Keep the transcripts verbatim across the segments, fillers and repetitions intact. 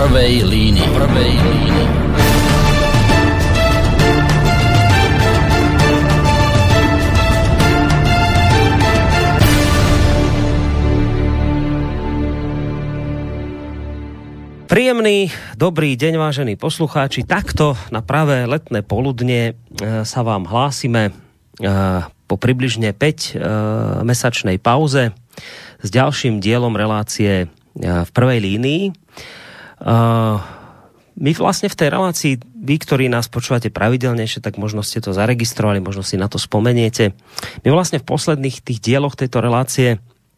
prvej línii. Prvej línii. Príjemný, dobrý deň, vážení poslucháči. Takto na pravé letné poludne sa vám hlásime po približne päťmesačnej pauze s ďalším dielom relácie v prvej línii. My vlastne v tej relácii, vy, ktorí nás počúvate pravidelnejšie, tak možno ste to zaregistrovali, možno si na to spomeniete. My vlastne v posledných tých dieloch tejto relácie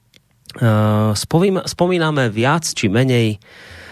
spomíname viac či menej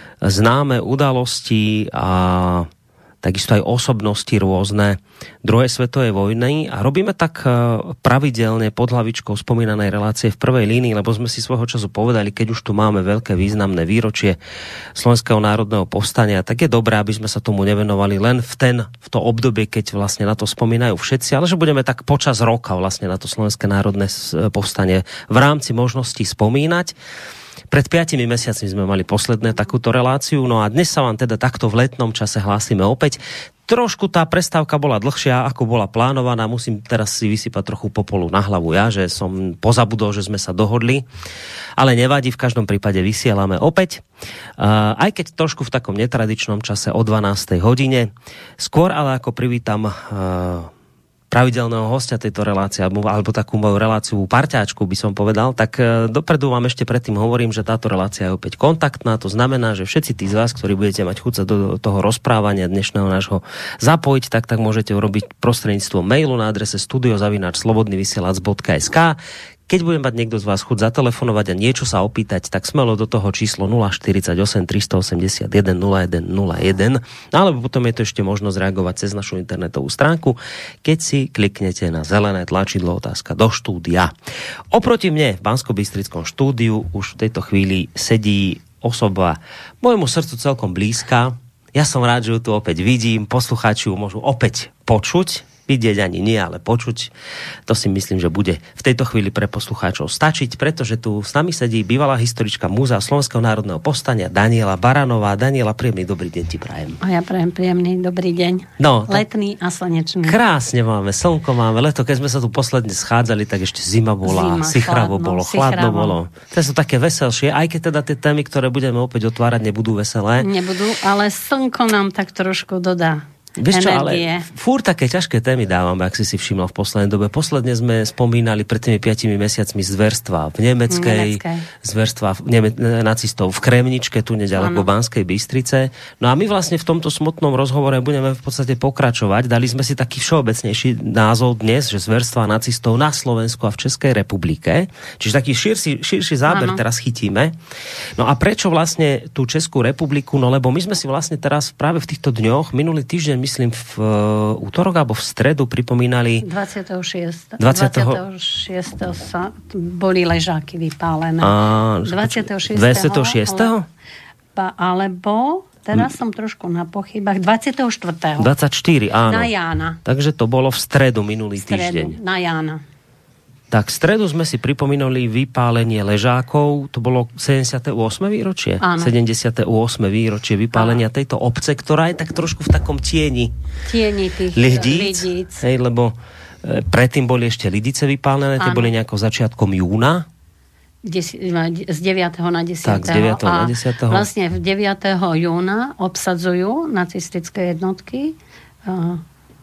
známe udalosti a takisto aj osobnosti rôzne druhej svetovej vojny a robíme tak pravidelne pod hlavičkou spomínanej relácie v prvej línii, lebo sme si svojho času povedali, keď už tu máme veľké významné výročie Slovenského národného povstania, tak je dobré, aby sme sa tomu nevenovali len v ten, v to obdobie, keď vlastne na to spomínajú všetci, ale že budeme tak počas roka vlastne na to Slovenské národné povstanie v rámci možností spomínať. Pred piatimi mesiacmi sme mali posledné takúto reláciu, no a dnes sa vám teda takto v letnom čase hlásime opäť. Trošku tá prestávka bola dlhšia, ako bola plánovaná. Musím teraz si vysypať trochu popolu na hlavu ja, že som pozabudol, že sme sa dohodli. Ale nevadí, v každom prípade vysielame opäť. Uh, aj keď trošku v takom netradičnom čase o dvanástej hodine. Skôr ale ako privítam Uh, pravidelného hostia tejto relácie, alebo, alebo takú moju reláciu parťáčku by som povedal, tak e, dopredu vám ešte predtým hovorím, že táto relácia je opäť kontaktná, to znamená, že všetci tí z vás, ktorí budete mať chuť sa do, do toho rozprávania dnešného nášho zapojiť, tak tak môžete urobiť prostredníctvom mailu na adrese studio zavináč slobodný vysielač bodka es ká. Keď budem mať niekto z vás chuť zatelefonovať a niečo sa opýtať, tak smelo do toho číslo nula štyridsaťosem tristoosemdesiatjeden nula jeden nula jeden, alebo potom je to ešte možnosť reagovať cez našu internetovú stránku, keď si kliknete na zelené tlačidlo otázka do štúdia. Oproti mne v Banskobystrickom štúdiu už v tejto chvíli sedí osoba môjmu srdcu celkom blízka. Ja som rád, že ju tu opäť vidím, poslucháči ju môžu opäť počuť. Vidieť ani nie, ale počuť. To si myslím, že bude v tejto chvíli pre poslucháčov stačiť, pretože tu s nami sedí bývalá historička Múzea Slovenského národného povstania Daniela Baranová. Daniela, príjemný dobrý deň ti prajem. A ja prajem príjemný dobrý deň. No, letný a slnečný. Krásne máme, slnko máme, leto. Keď sme sa tu posledne schádzali, tak ešte zima bola, zima, sichravo bolo, chladno bolo. To sú také veselšie, aj keď teda tie témy, ktoré budeme opäť otvárať, nebudú veselé. Nebudú, ale slnko nám tak trošku dodá. Vieš čo, ale fúr také ťažké témy dávame, ak si si všimla v poslednej dobe. Posledne sme spomínali pred tými piatimi mesiacmi zverstva v nemeckej, Nemeckej. zverstva v Neme- nacistov v Kremničke, tu neďaleko Banskej Bystrice. No a my vlastne v tomto smutnom rozhovore budeme v podstate pokračovať. Dali sme si taký všeobecnejší názov dnes, že zverstva nacistov na Slovensku a v Českej republike. Čiže taký širší, širší záber ano. Teraz chytíme. No a prečo vlastne tú Českú republiku? No lebo my sme si vlastne teraz práve v týchto dňoch, minulý týždeň myslím v uh, útorok alebo v stredu pripomínali dvadsiateho šiesteho dvadsiateho dvadsiateho šiesteho sa boli ležáky vypálené. A, dvadsiateho šiesteho dvadsiateho šiesteho Ale, alebo teraz som trošku na pochybách. dvadsiateho štvrtého dvadsaťštyri áno. Na Jána. Takže to bolo v stredu minulý v stredu, týždeň. Na Jána. Tak v stredu sme si pripomínali vypálenie ležákov, to bolo sedemdesiate ôsme výročie? Áno. sedemdesiate ôsme výročie vypálenia Áno. tejto obce, ktorá je tak trošku v takom tieni. Tieni tých lidíc. lidíc. Hej, lebo e, predtým boli ešte Lidice vypálené, tie boli nejako začiatkom júna. Des, z deviateho na desiateho Tak, z deviateho na desiateho Vlastne v deviateho júna obsadzujú nacistické jednotky uh,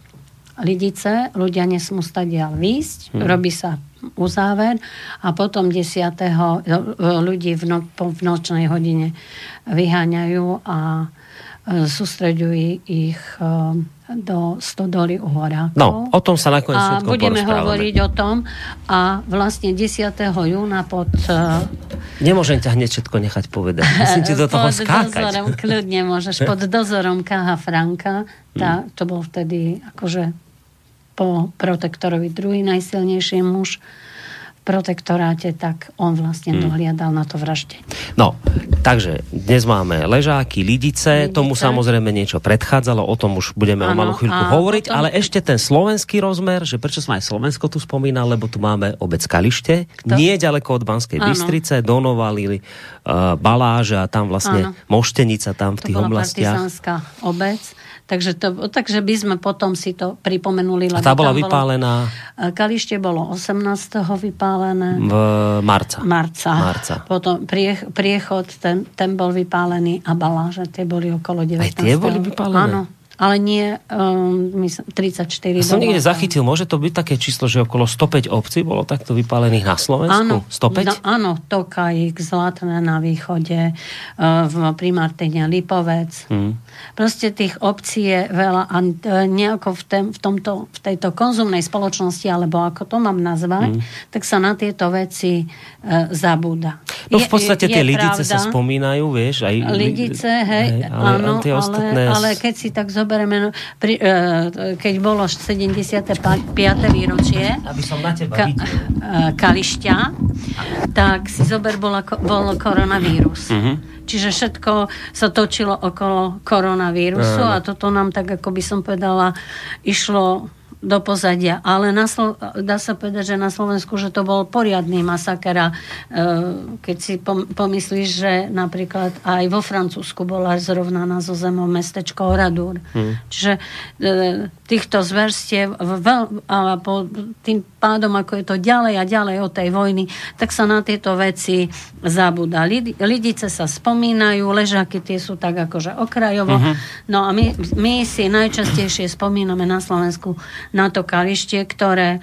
Lidice, ľudia nesmú stadiaľ výjsť, hmm. robí sa uzáver a potom desiateho ľudí v, no, v nočnej hodine vyháňajú a sústreďujú ich do stodoly u Horákov. No, o tom sa nakoniec všetko porozprávame. A budeme hovoriť o tom a vlastne desiateho júna pod... Nemôžem ťa hneď všetko nechať povedať. Musím ti do toho skákať. Pod dozorom, kľudne môžeš, pod dozorom K H. Franka, tá, to bol vtedy akože po protektorovi druhý najsilnejší muž, protektoráte, tak on vlastne Hmm. dohliadal na to vražde. No, takže dnes máme Ležáky, Lidice, Lidice. tomu samozrejme niečo predchádzalo, o tom už budeme o Áno, malú chvíľku a hovoriť, potom- ale ešte ten slovenský rozmer, že prečo som aj Slovensko tu spomínal, lebo tu máme obec Kalište, Kto? nie ďaleko od Banskej Áno. Bystrice, Donovali, uh, Baláže a tam vlastne Áno. Moštenica tam v To tých bola oblastiach. partizánska obec. Takže, to, takže by sme potom si to pripomenuli. A lebo tá bola tam vypálená Bolo, Kalište bolo osemnásteho vypálené. v marca. Marca. Marca. Potom prie, priechod, ten, ten bol vypálený a Baláže, tie boli okolo devätnásteho. Aj tie boli vypálené? Áno, ale nie um, myslím, tridsaťštyri. Ja som niekde dovolka. zachytil, môže to byť také číslo, že okolo stopäť obcí bolo takto vypálených na Slovensku? Áno, stopäť? no, áno, Tokajík, Zlatné na východe, uh, v Primartine Lipovec. Hmm. Proste tých obcí je veľa a uh, nejako v, tém, v, tomto, v tejto konzumnej spoločnosti, alebo ako to mám nazvať, Hmm. tak sa na tieto veci uh, zabúda. No v podstate Je- je- tie je Lidice sa pravda. spomínajú, vieš, aj... Lidice, hej, hej, ale, áno, tie ostatné... ale, ale keď si tak zoberieme, no, pri, uh, keď bolo sedemdesiate piate výročie Aby som na teba Ka- videl. uh, Kališťa, tak si zober, bola, bol koronavírus. Mhm. Čiže všetko sa točilo okolo koronavírusu Áno. a toto nám tak, ako by som povedala, išlo do pozadia. Ale na Slo- dá sa povedať, že na Slovensku, že to bol poriadny masaker. A, e, keď si pom- pomyslíš, že napríklad aj vo Francúzsku bola zrovnaná zo zemou mestečko Oradour. Hmm. Čiže e, týchto zverstiev veľ- a po tým pádom, ako je to ďalej a ďalej od tej vojny, tak sa na tieto veci zabúda. Lidi- Lidice sa spomínajú, Ležáky tie sú tak akože okrajovo. Uh-huh. No a my, my si najčastejšie spomíname na Slovensku na to Kalište, ktoré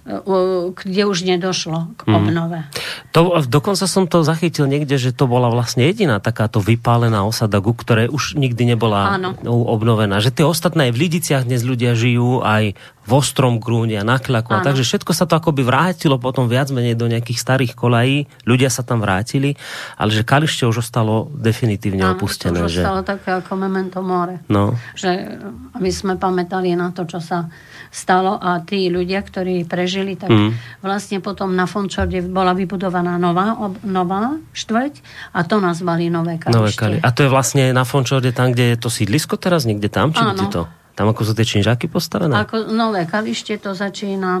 kde už nedošlo k obnove. Mm. To, dokonca som to zachytil niekde, že to bola vlastne jediná takáto vypálená osada, ku ktorej už nikdy nebola Áno. obnovená. Že tie ostatné aj v Lidiciach dnes ľudia žijú, aj v Ostrom Grúne a na Kľaku. A takže všetko sa to akoby vrátilo potom viac menej do nejakých starých kolají. Ľudia sa tam vrátili, ale že Kalište už ostalo definitívne Áno, opustené. to už že... ostalo také ako memento more. No. Že aby sme pamätali na to, čo sa stalo a tí ľudia, ktorí prežili, tak mm. vlastne potom na Fončorde bola vybudovaná nová, ob, nová štvrť a to nazvali Nové Kalište. Nové Kali. A to je vlastne na Fončorde tam, kde je to sídlisko teraz, niekde tam? Či Áno. kde to? Tam ako sú tie činžáky postavené? Ako Nové Kalište to začína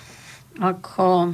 ako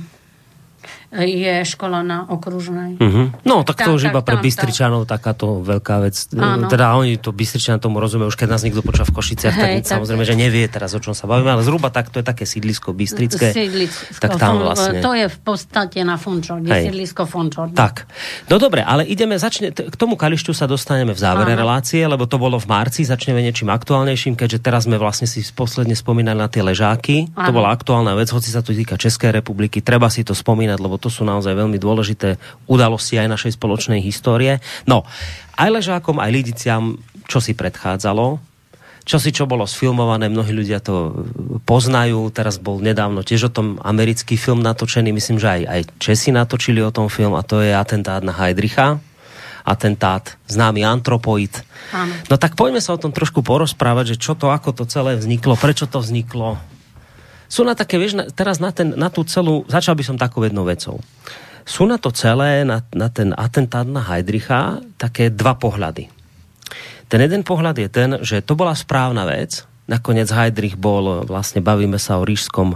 je škola na Okružnej. Uh-huh. No, tak to Tam, už tak, iba pre tam, Bystričanov takáto veľká vec. Áno. Teda oni to Bystričan tomu rozumejú, už keď nás niekto počúva v Košiciach, tak, Hej, tak samozrejme, že nevie teraz, o čom sa bavíme, ale zhruba tak to je také sídlisko bystrické. Sídlisko. Tak tam vlastne. To je v podstate na Fončorde, sídlisko Fončorde. Tak. No dobre, ale ideme, začne, k tomu Kališťu sa dostaneme v závere Áno. relácie, lebo to bolo v marci, začneme niečím aktuálnejším, keďže teraz sme vlastne si posledne spomínali na tie Ležáky. To Áno. bola aktuálna vec, hoci sa to týka Českej republiky, treba si to spomínať, lebo to sú naozaj veľmi dôležité udalosti aj našej spoločnej histórie. No, aj Ležákom, aj Lidiciam, čo si predchádzalo, čo si čo bolo sfilmované, mnohí ľudia to poznajú, teraz bol nedávno tiež o tom americký film natočený, myslím, že aj, aj Česi natočili o tom film a to je Atentát na Heydricha, atentát, známy antropoid. Áno. No tak poďme sa o tom trošku porozprávať, že čo to, ako to celé vzniklo, prečo to vzniklo. Sú na také, vieš, na, teraz na, ten, na tú celú, začal by som takou jednou vecou. Sú na to celé, na, na ten atentát na Heydricha, také dva pohľady. Ten jeden pohľad je ten, že to bola správna vec. Nakoniec Heydrich bol, vlastne bavíme sa o ríšskom e,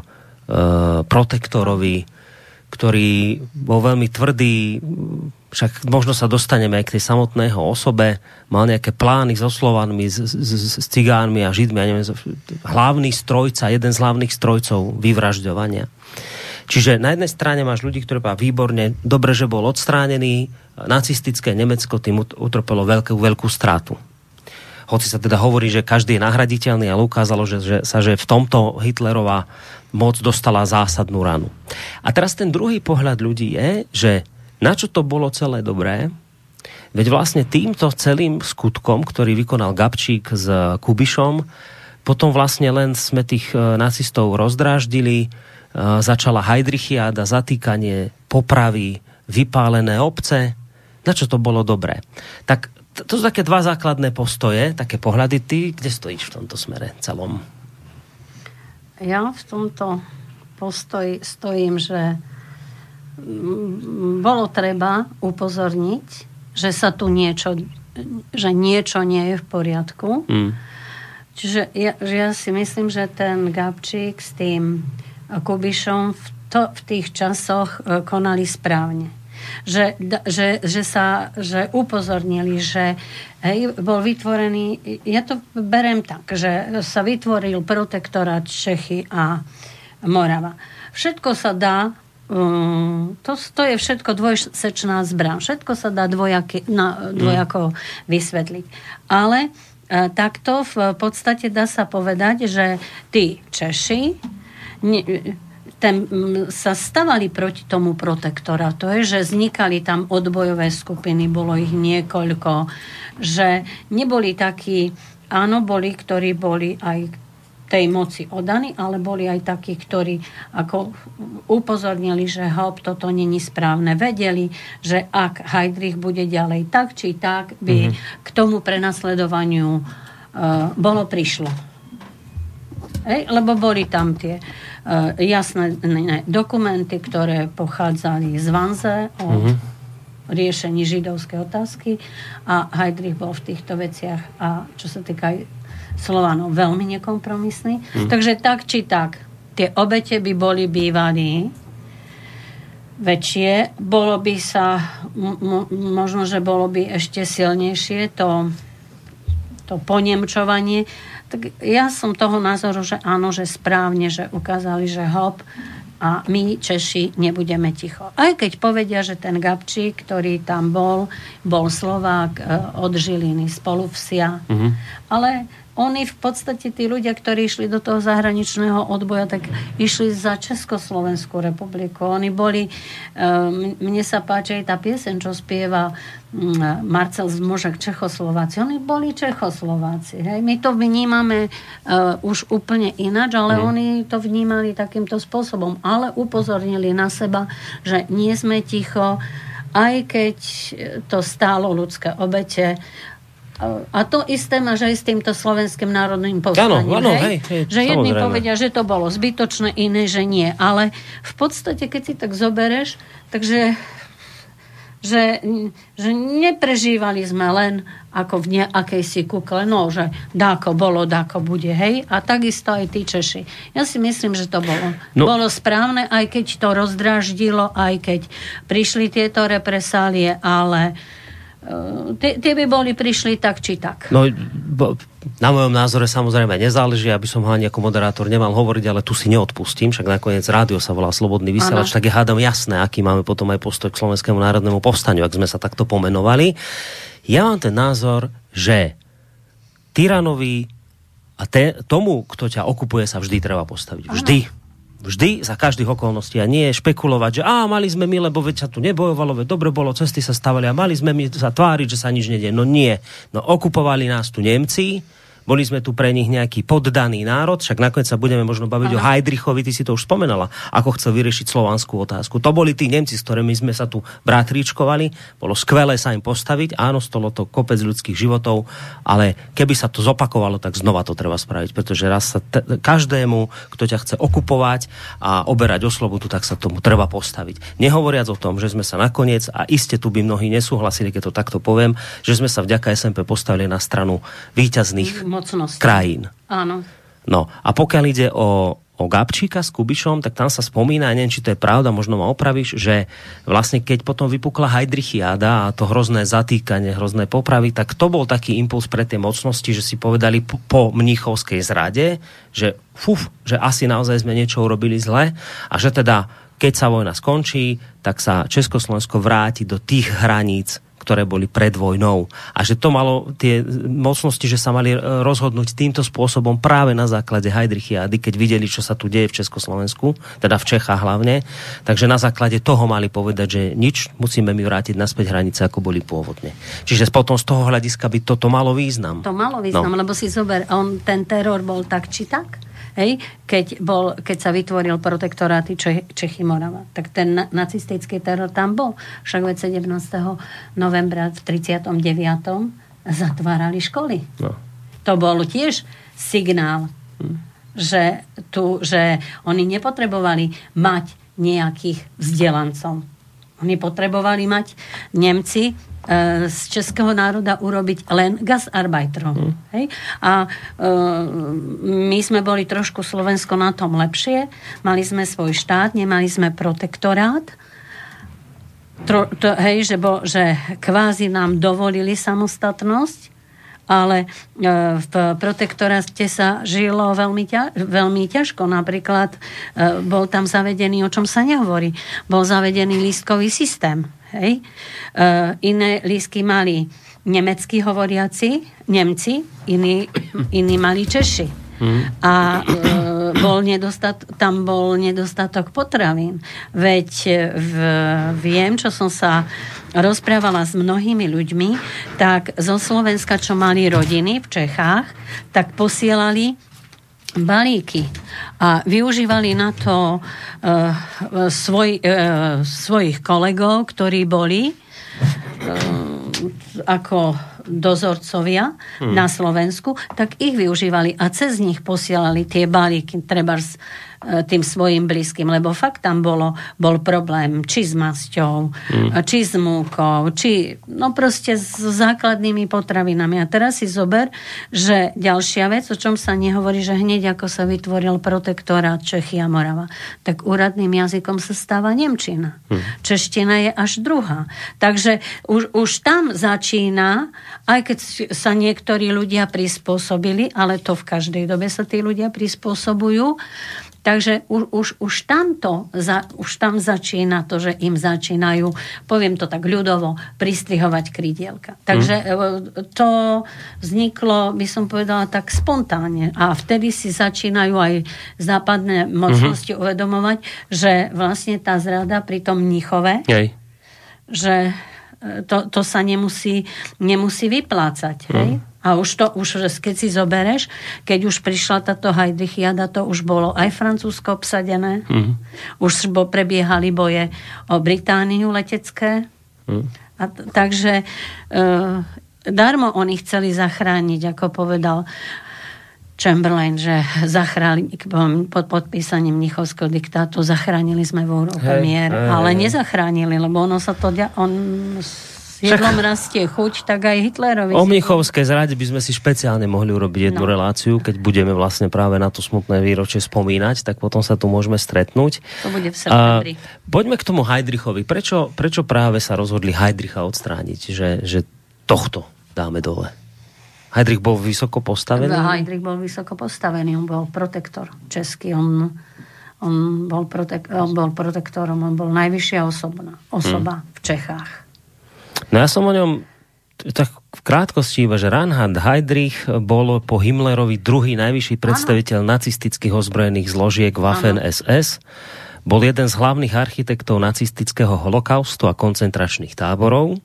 protektorovi, ktorý bol veľmi tvrdý, však možno sa dostaneme aj k tej samotného osobe, mal nejaké plány so Slovanmi, s, s, s cigánmi a Židmi, ja neviem, hlavný strojca, jeden z hlavných strojcov vyvražďovania. Čiže na jednej strane máš ľudí, ktorí povedali výborne, dobre, že bol odstránený, nacistické Nemecko tým utrpelo veľkú, veľkú stratu. Hoci sa teda hovorí, že každý je nahraditeľný, ale ukázalo že, že sa, že v tomto Hitlerová moc dostala zásadnú ranu. A teraz ten druhý pohľad ľudí je, že na čo to bolo celé dobré, veď vlastne týmto celým skutkom, ktorý vykonal Gabčík s Kubišom, potom vlastne len sme tých nacistov rozdráždili, začala Heydrichiáda, zatýkanie, popravy, vypálené obce. Na čo to bolo dobré? Tak to sú také dva základné postoje, také pohľady. Ty, kde stojíš v tomto smere celom? Ja v tomto postoji stojím, že bolo treba upozorniť, že sa tu niečo, že niečo nie je v poriadku. Mm. Čiže ja, že ja si myslím, že ten Gabčík s tým Kubišom v, to, v tých časoch konali správne. Že, že, že sa že upozornili, že hej, bol vytvorený, ja to beriem tak, že sa vytvoril protektorát Čechy a Morava. Všetko sa dá, um, to, to je všetko dvojsečná zbraň, všetko sa dá dvojaky, na, dvojako vysvetliť. Ale uh, takto v podstate dá sa povedať, že tí Češi ne, ten, sa stavali proti tomu protektorátu, že vznikali tam odbojové skupiny, bolo ich niekoľko, že neboli takí, áno, boli, ktorí boli aj tej moci oddaní, ale boli aj takí, ktorí ako upozornili, že hop, toto není správne. Vedeli, že ak Heydrich bude ďalej tak, či tak, by mm-hmm. k tomu prenasledovaniu uh, bolo prišlo. Hej, lebo boli tam tie uh, jasné ne, dokumenty, ktoré pochádzali z Vanze o mm-hmm. riešení židovskej otázky a Heydrich bol v týchto veciach a čo sa týka Slovanov veľmi nekompromisný. Mm. Takže tak či tak tie obete by boli bývaní väčšie, bolo by sa m- možno, že bolo by ešte silnejšie to, to ponemčovanie. Tak ja som toho názoru, že áno, že správne, že ukázali, že hop, a my, Češi, nebudeme ticho. Aj keď povedia, že ten Gabčík, ktorý tam bol, bol Slovák od Žiliny, spoluvsia. Mm-hmm. Ale oni v podstate, tí ľudia, ktorí išli do toho zahraničného odboja, tak išli za Československú republiku. Oni boli, mne sa páči aj tá pieseň, čo spieva Marcel Zmožek, Čechoslováci. Oni boli Čechoslováci. Hej? My to vnímame uh, už úplne ináč, ale mm. oni to vnímali takýmto spôsobom. Ale upozornili na seba, že nie sme ticho, aj keď to stálo ľudské obete. A to isté máš aj s týmto slovenským národným povstaním. Áno, áno, hej, hej, že jedni samozrejme povedia, že to bolo zbytočné, iné, že nie. Ale v podstate, keď si tak zobereš, takže že, že neprežívali sme len ako v nejakej si kukle, no, že dáko bolo, dáko bude, hej. A takisto aj tí Češi. Ja si myslím, že to bolo, no. bolo správne, aj keď to rozdráždilo, aj keď prišli tieto represálie, ale Tie, tie by boli prišli tak, či tak. No, na mojom názore samozrejme nezáleží, aby som ho ani ako moderátor nemal hovoriť, ale tu si neodpustím, však nakoniec rádio sa volá Slobodný vysielač, tak je hádam jasné, aký máme potom aj postoj k Slovenskému národnému povstaniu, ak sme sa takto pomenovali. Ja mám ten názor, že tyranovi a te, tomu, kto ťa okupuje, sa vždy treba postaviť. Vždy. Ano. Vždy, za každých okolností. A nie špekulovať, že á, mali sme my, lebo veď sa tu nebojovalo, veď dobre bolo, cesty sa stavali a mali sme my sa tváriť, že sa nič nedie. No nie. No okupovali nás tu Nemci, boli sme tu pre nich nejaký poddaný národ, však nakoniec sa budeme možno baviť Aha. o Heydrichovi, ty si to už spomenala, ako chcel vyriešiť slovanskú otázku. To boli tí Nemci, s ktorými sme sa tu bratríčkovali, bolo skvelé sa im postaviť, áno, stolo to kopec ľudských životov, ale keby sa to zopakovalo, tak znova to treba spraviť, pretože raz sa te, každému, kto ťa chce okupovať a oberať o slobodu, tak sa tomu treba postaviť. Nehovoriac o tom, že sme sa nakoniec, a iste tu by mnohí nesúhlasili, keď to takto poviem, že sme sa vďaka es en pé postavili na stranu víťazných mocnosti. Krajín. Áno. No a pokiaľ ide o, o Gabčíka s Kubišom, tak tam sa spomína, neviem, či to je pravda, možno ma opravíš, že vlastne keď potom vypukla Heydrichiáda a to hrozné zatýkanie, hrozné popravy, tak to bol taký impuls pre tie mocnosti, že si povedali po, po mníchovskej zrade, že fuf, že asi naozaj sme niečo urobili zle a že teda keď sa vojna skončí, tak sa Československo vráti do tých hraníc, ktoré boli pred vojnou. A že to malo tie mocnosti, že sa mali rozhodnúť týmto spôsobom práve na základe Heydrichiády, keď videli, čo sa tu deje v Československu, teda v Čechách hlavne. Takže na základe toho mali povedať, že nič, musíme mi vrátiť naspäť hranice, ako boli pôvodne. Čiže potom z toho hľadiska by toto malo význam. To malo význam, no. Lebo si zober, on, ten teror bol tak či tak, hej, keď, bol, keď sa vytvoril protektoráty Čechy Morava, tak ten nacistický teror tam bol. Však veď sedemnásteho novembra v tridsiatom deviatom zatvárali školy. No. To bol tiež signál, hm. že, tu, že oni nepotrebovali mať nejakých vzdelancov. Oni potrebovali mať Nemci e, z českého národa urobiť len gastarbeiterov. Mm. Hej? A e, my sme boli trošku Slovensko na tom lepšie. Mali sme svoj štát, nemali sme protektorát. Tro, to, hej, že, bol, že kvázi nám dovolili samostatnosť, ale v protektoráte sa žilo veľmi, ťa, veľmi ťažko. Napríklad bol tam zavedený, o čom sa nehovorí, bol zavedený lístkový systém. Hej? Iné lístky mali nemeckí hovoriaci, Nemci, iní, iní mali Češi. Hmm. A e, bol nedostat, tam bol nedostatok potravín. Veď v, viem, čo som sa rozprávala s mnohými ľuďmi, tak zo Slovenska, čo mali rodiny v Čechách, tak posielali balíky a využívali na to e, svoj, e, svojich kolegov, ktorí boli e, ako dozorcovia hmm. na Slovensku, tak ich využívali a cez nich posielali tie balíky trebárs tým svojim blízkym, lebo fakt tam bolo, bol problém či s masťou, hmm. či s múkou, či no proste s základnými potravinami. A teraz si zober, že ďalšia vec, o čom sa nehovorí, že hneď ako sa vytvoril protektorát Čechy a Morava, tak úradným jazykom sa stáva nemčina. Hmm. Čeština je až druhá. Takže už, už tam začína, aj keď sa niektorí ľudia prispôsobili, ale to v každej dobe sa tí ľudia prispôsobujú. Takže už, už, už, tamto, za, už tam začína to, že im začínajú, poviem to tak ľudovo, pristrihovať krídielka. Takže mm. to vzniklo, by som povedala, tak spontánne. A vtedy si začínajú aj západné mocnosti mm-hmm. uvedomovať, že vlastne tá zrada pri tom Mníchove, Jej. že to, to sa nemusí, nemusí vyplácať. Mm. Hej? A už to, už keď si zobereš, keď už prišla táto Heydrichiada, to už bolo aj Francúzsko obsadené. Mm. Už bo prebiehali boje o Britániu letecké. Mm. A t- takže e, darmo oni chceli zachrániť, ako povedal Chamberlain, že zachránili pod podpísaním Mnichovského diktátu, zachránili sme v Európe hey, mier, hey, ale hey. nezachránili, lebo ono sa to... On, jedlom rastie chuť, tak aj Hitlerovi. O Mnichovskej zrade by sme si špeciálne mohli urobiť jednu no. reláciu, keď budeme vlastne práve na to smutné výročie spomínať, tak potom sa tu môžeme stretnúť. To bude v septembri. A poďme k tomu Heydrichovi. Prečo, prečo práve sa rozhodli Heydricha odstrániť, že, že tohto dáme dole? Heydrich bol vysoko postavený? Heydrich bol vysoko postavený, on bol protektor český, on, on, bol, protek, on bol protektorom, on bol najvyššia osobna, osoba hmm. v Čechách. No ja som o ňom tak v krátkosti iba, že Reinhard Heydrich bol po Himmlerovi druhý najvyšší predstaviteľ ano. nacistických ozbrojených zložiek Waffen ano. es es. Bol jeden z hlavných architektov nacistického holokaustu a koncentračných táborov.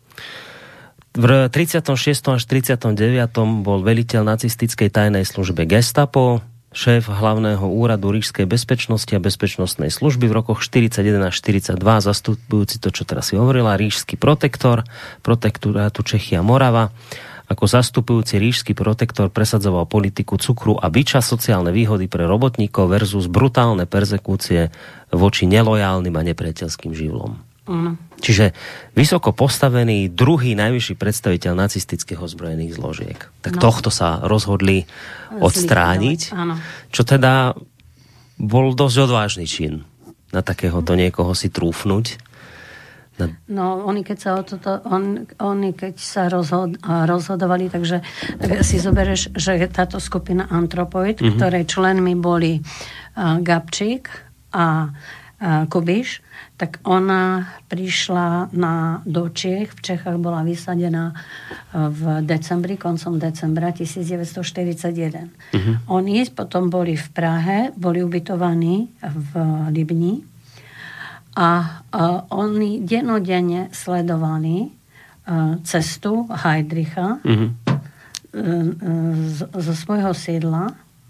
V tridsiatom šiestom až tridsiatom deviatom bol veliteľ nacistickej tajnej službe Gestapo, šéf hlavného úradu ríšskej bezpečnosti a bezpečnostnej služby v rokoch štyridsaťjeden až štyridsaťdva, zastupujúci to, čo teraz si hovorila, ríšsky protektor, protektorátu Čechy a Morava. Ako zastupujúci ríšsky protektor presadzoval politiku cukru a biča, sociálne výhody pre robotníkov versus brutálne perzekúcie voči nelojálnym a nepriateľským živlom. Mm. Čiže vysoko postavený druhý najvyšší predstaviteľ nacistických ozbrojených zložiek. Tak no. tohto sa rozhodli odstrániť, čo teda bol dosť odvážny čin na takéhoto niekoho si trúfnuť. Na... No, oni keď sa, o toto, on, oni keď sa rozhod, rozhodovali, takže tak si zoberieš, že táto skupina Antropoid, mm-hmm. ktorej členmi boli uh, Gabčík a uh, Kubiš, tak ona prišla na, do Čiech. V Čechách bola vysadená v decembri, koncom decembra devätnásťstoštyridsaťjeden. Uh-huh. Oni potom boli v Prahe, boli ubytovaní v Libni a, a oni denodenne sledovali uh, cestu Heydricha uh-huh. z, zo svojho sídla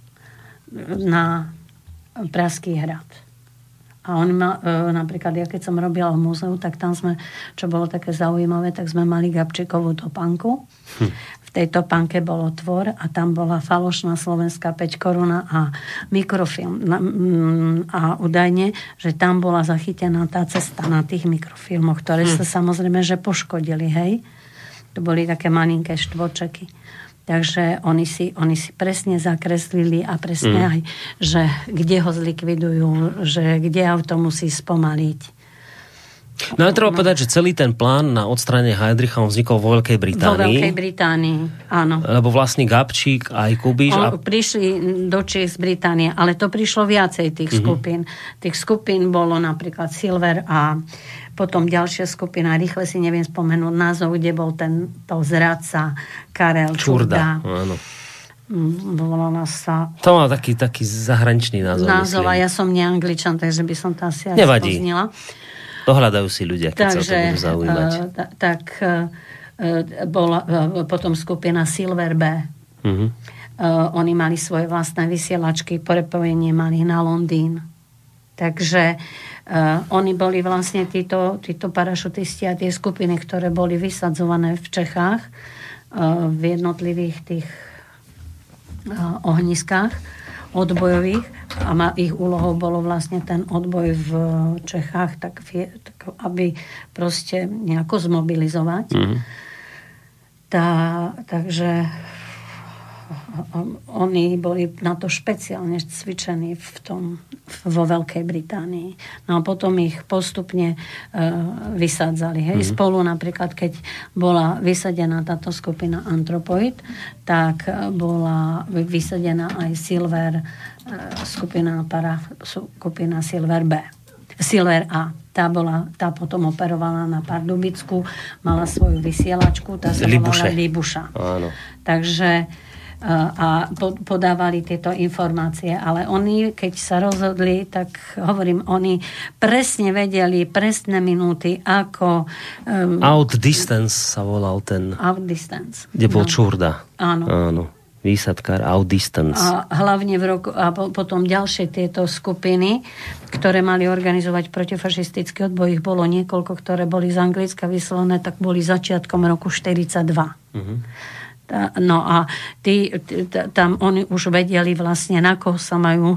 na Pražský hrad. A on ma, e, napríklad, ja keď som robila v múzeu, tak tam sme, čo bolo také zaujímavé, tak sme mali Gabčíkovú topánku. Hm. V tejto panke bol otvor a tam bola falošná slovenská päť koruna a mikrofilm. A údajne, že tam bola zachytená tá cesta na tých mikrofilmoch, ktoré hmm. sa samozrejme, že poškodili, hej. To boli také malinké štvorčeky. Takže oni si, oni si presne zakreslili a presne hmm. aj, že kde ho zlikvidujú, že kde auto musí spomaliť. No a treba no. povedať, že celý ten plán na odstránenie Heydricha vznikol vo Veľkej Británii. Vo Veľkej Británii, áno. Lebo vlastne Gabčík aj Kubiš... On, a... Prišli do Čiech z Británie, ale to prišlo viacej tých mm-hmm. skupín. Tých skupín bolo napríklad Silver a potom ďalšia skupina, rýchle si neviem spomenúť názov, kde bol ten to zradca Karel Čurda. Čurda, áno. Volala sa... To mal taký, taký zahraničný názov, Názov, myslím. a ja som neangličan, takže by som to asi aj Nevadí. spoznila. Dohľadajú si ľudia, keď Takže, sa o to budú zaujímať. Uh, tak uh, bola uh, potom skupina Silver B. Uh-huh. Uh, oni mali svoje vlastné vysielačky, prepojenie mali na Londýn. Takže uh, oni boli vlastne títo, títo parašutisti a tie skupiny, ktoré boli vysadzované v Čechách uh, v jednotlivých tých uh, ohniskách odbojových a ma, ich úlohou bolo vlastne ten odboj v Čechách, tak, tak aby proste nejako zmobilizovať. Mm-hmm. Tá, takže oni boli na to špeciálne cvičení v tom, vo Veľkej Británii. No a potom ich postupne uh, vysádzali. Hej. Mm-hmm. Spolu napríklad, keď bola vysadená táto skupina Anthropoid, tak bola vysadená aj Silver uh, skupina para skupina Silver B. Silver A. Tá, bola, tá potom operovala na Pardubicku, mala svoju vysielačku, tá sa volala Libuša. Áno. Takže a podávali tieto informácie. Ale oni, keď sa rozhodli, tak hovorím, oni presne vedeli, presné minúty, ako... Um, Outdistance sa volal ten... Outdistance. Kde bol no. Čurda. Áno. Áno. Výsadkár Outdistance. A hlavne v roku... A potom ďalšie tieto skupiny, ktoré mali organizovať protifašistický odboj, ich bolo niekoľko, ktoré boli z Anglicka vyslovené, tak boli začiatkom roku štyridsaťdva. Mhm. No a tí, tí, tam oni už vedeli vlastne, na koho sa majú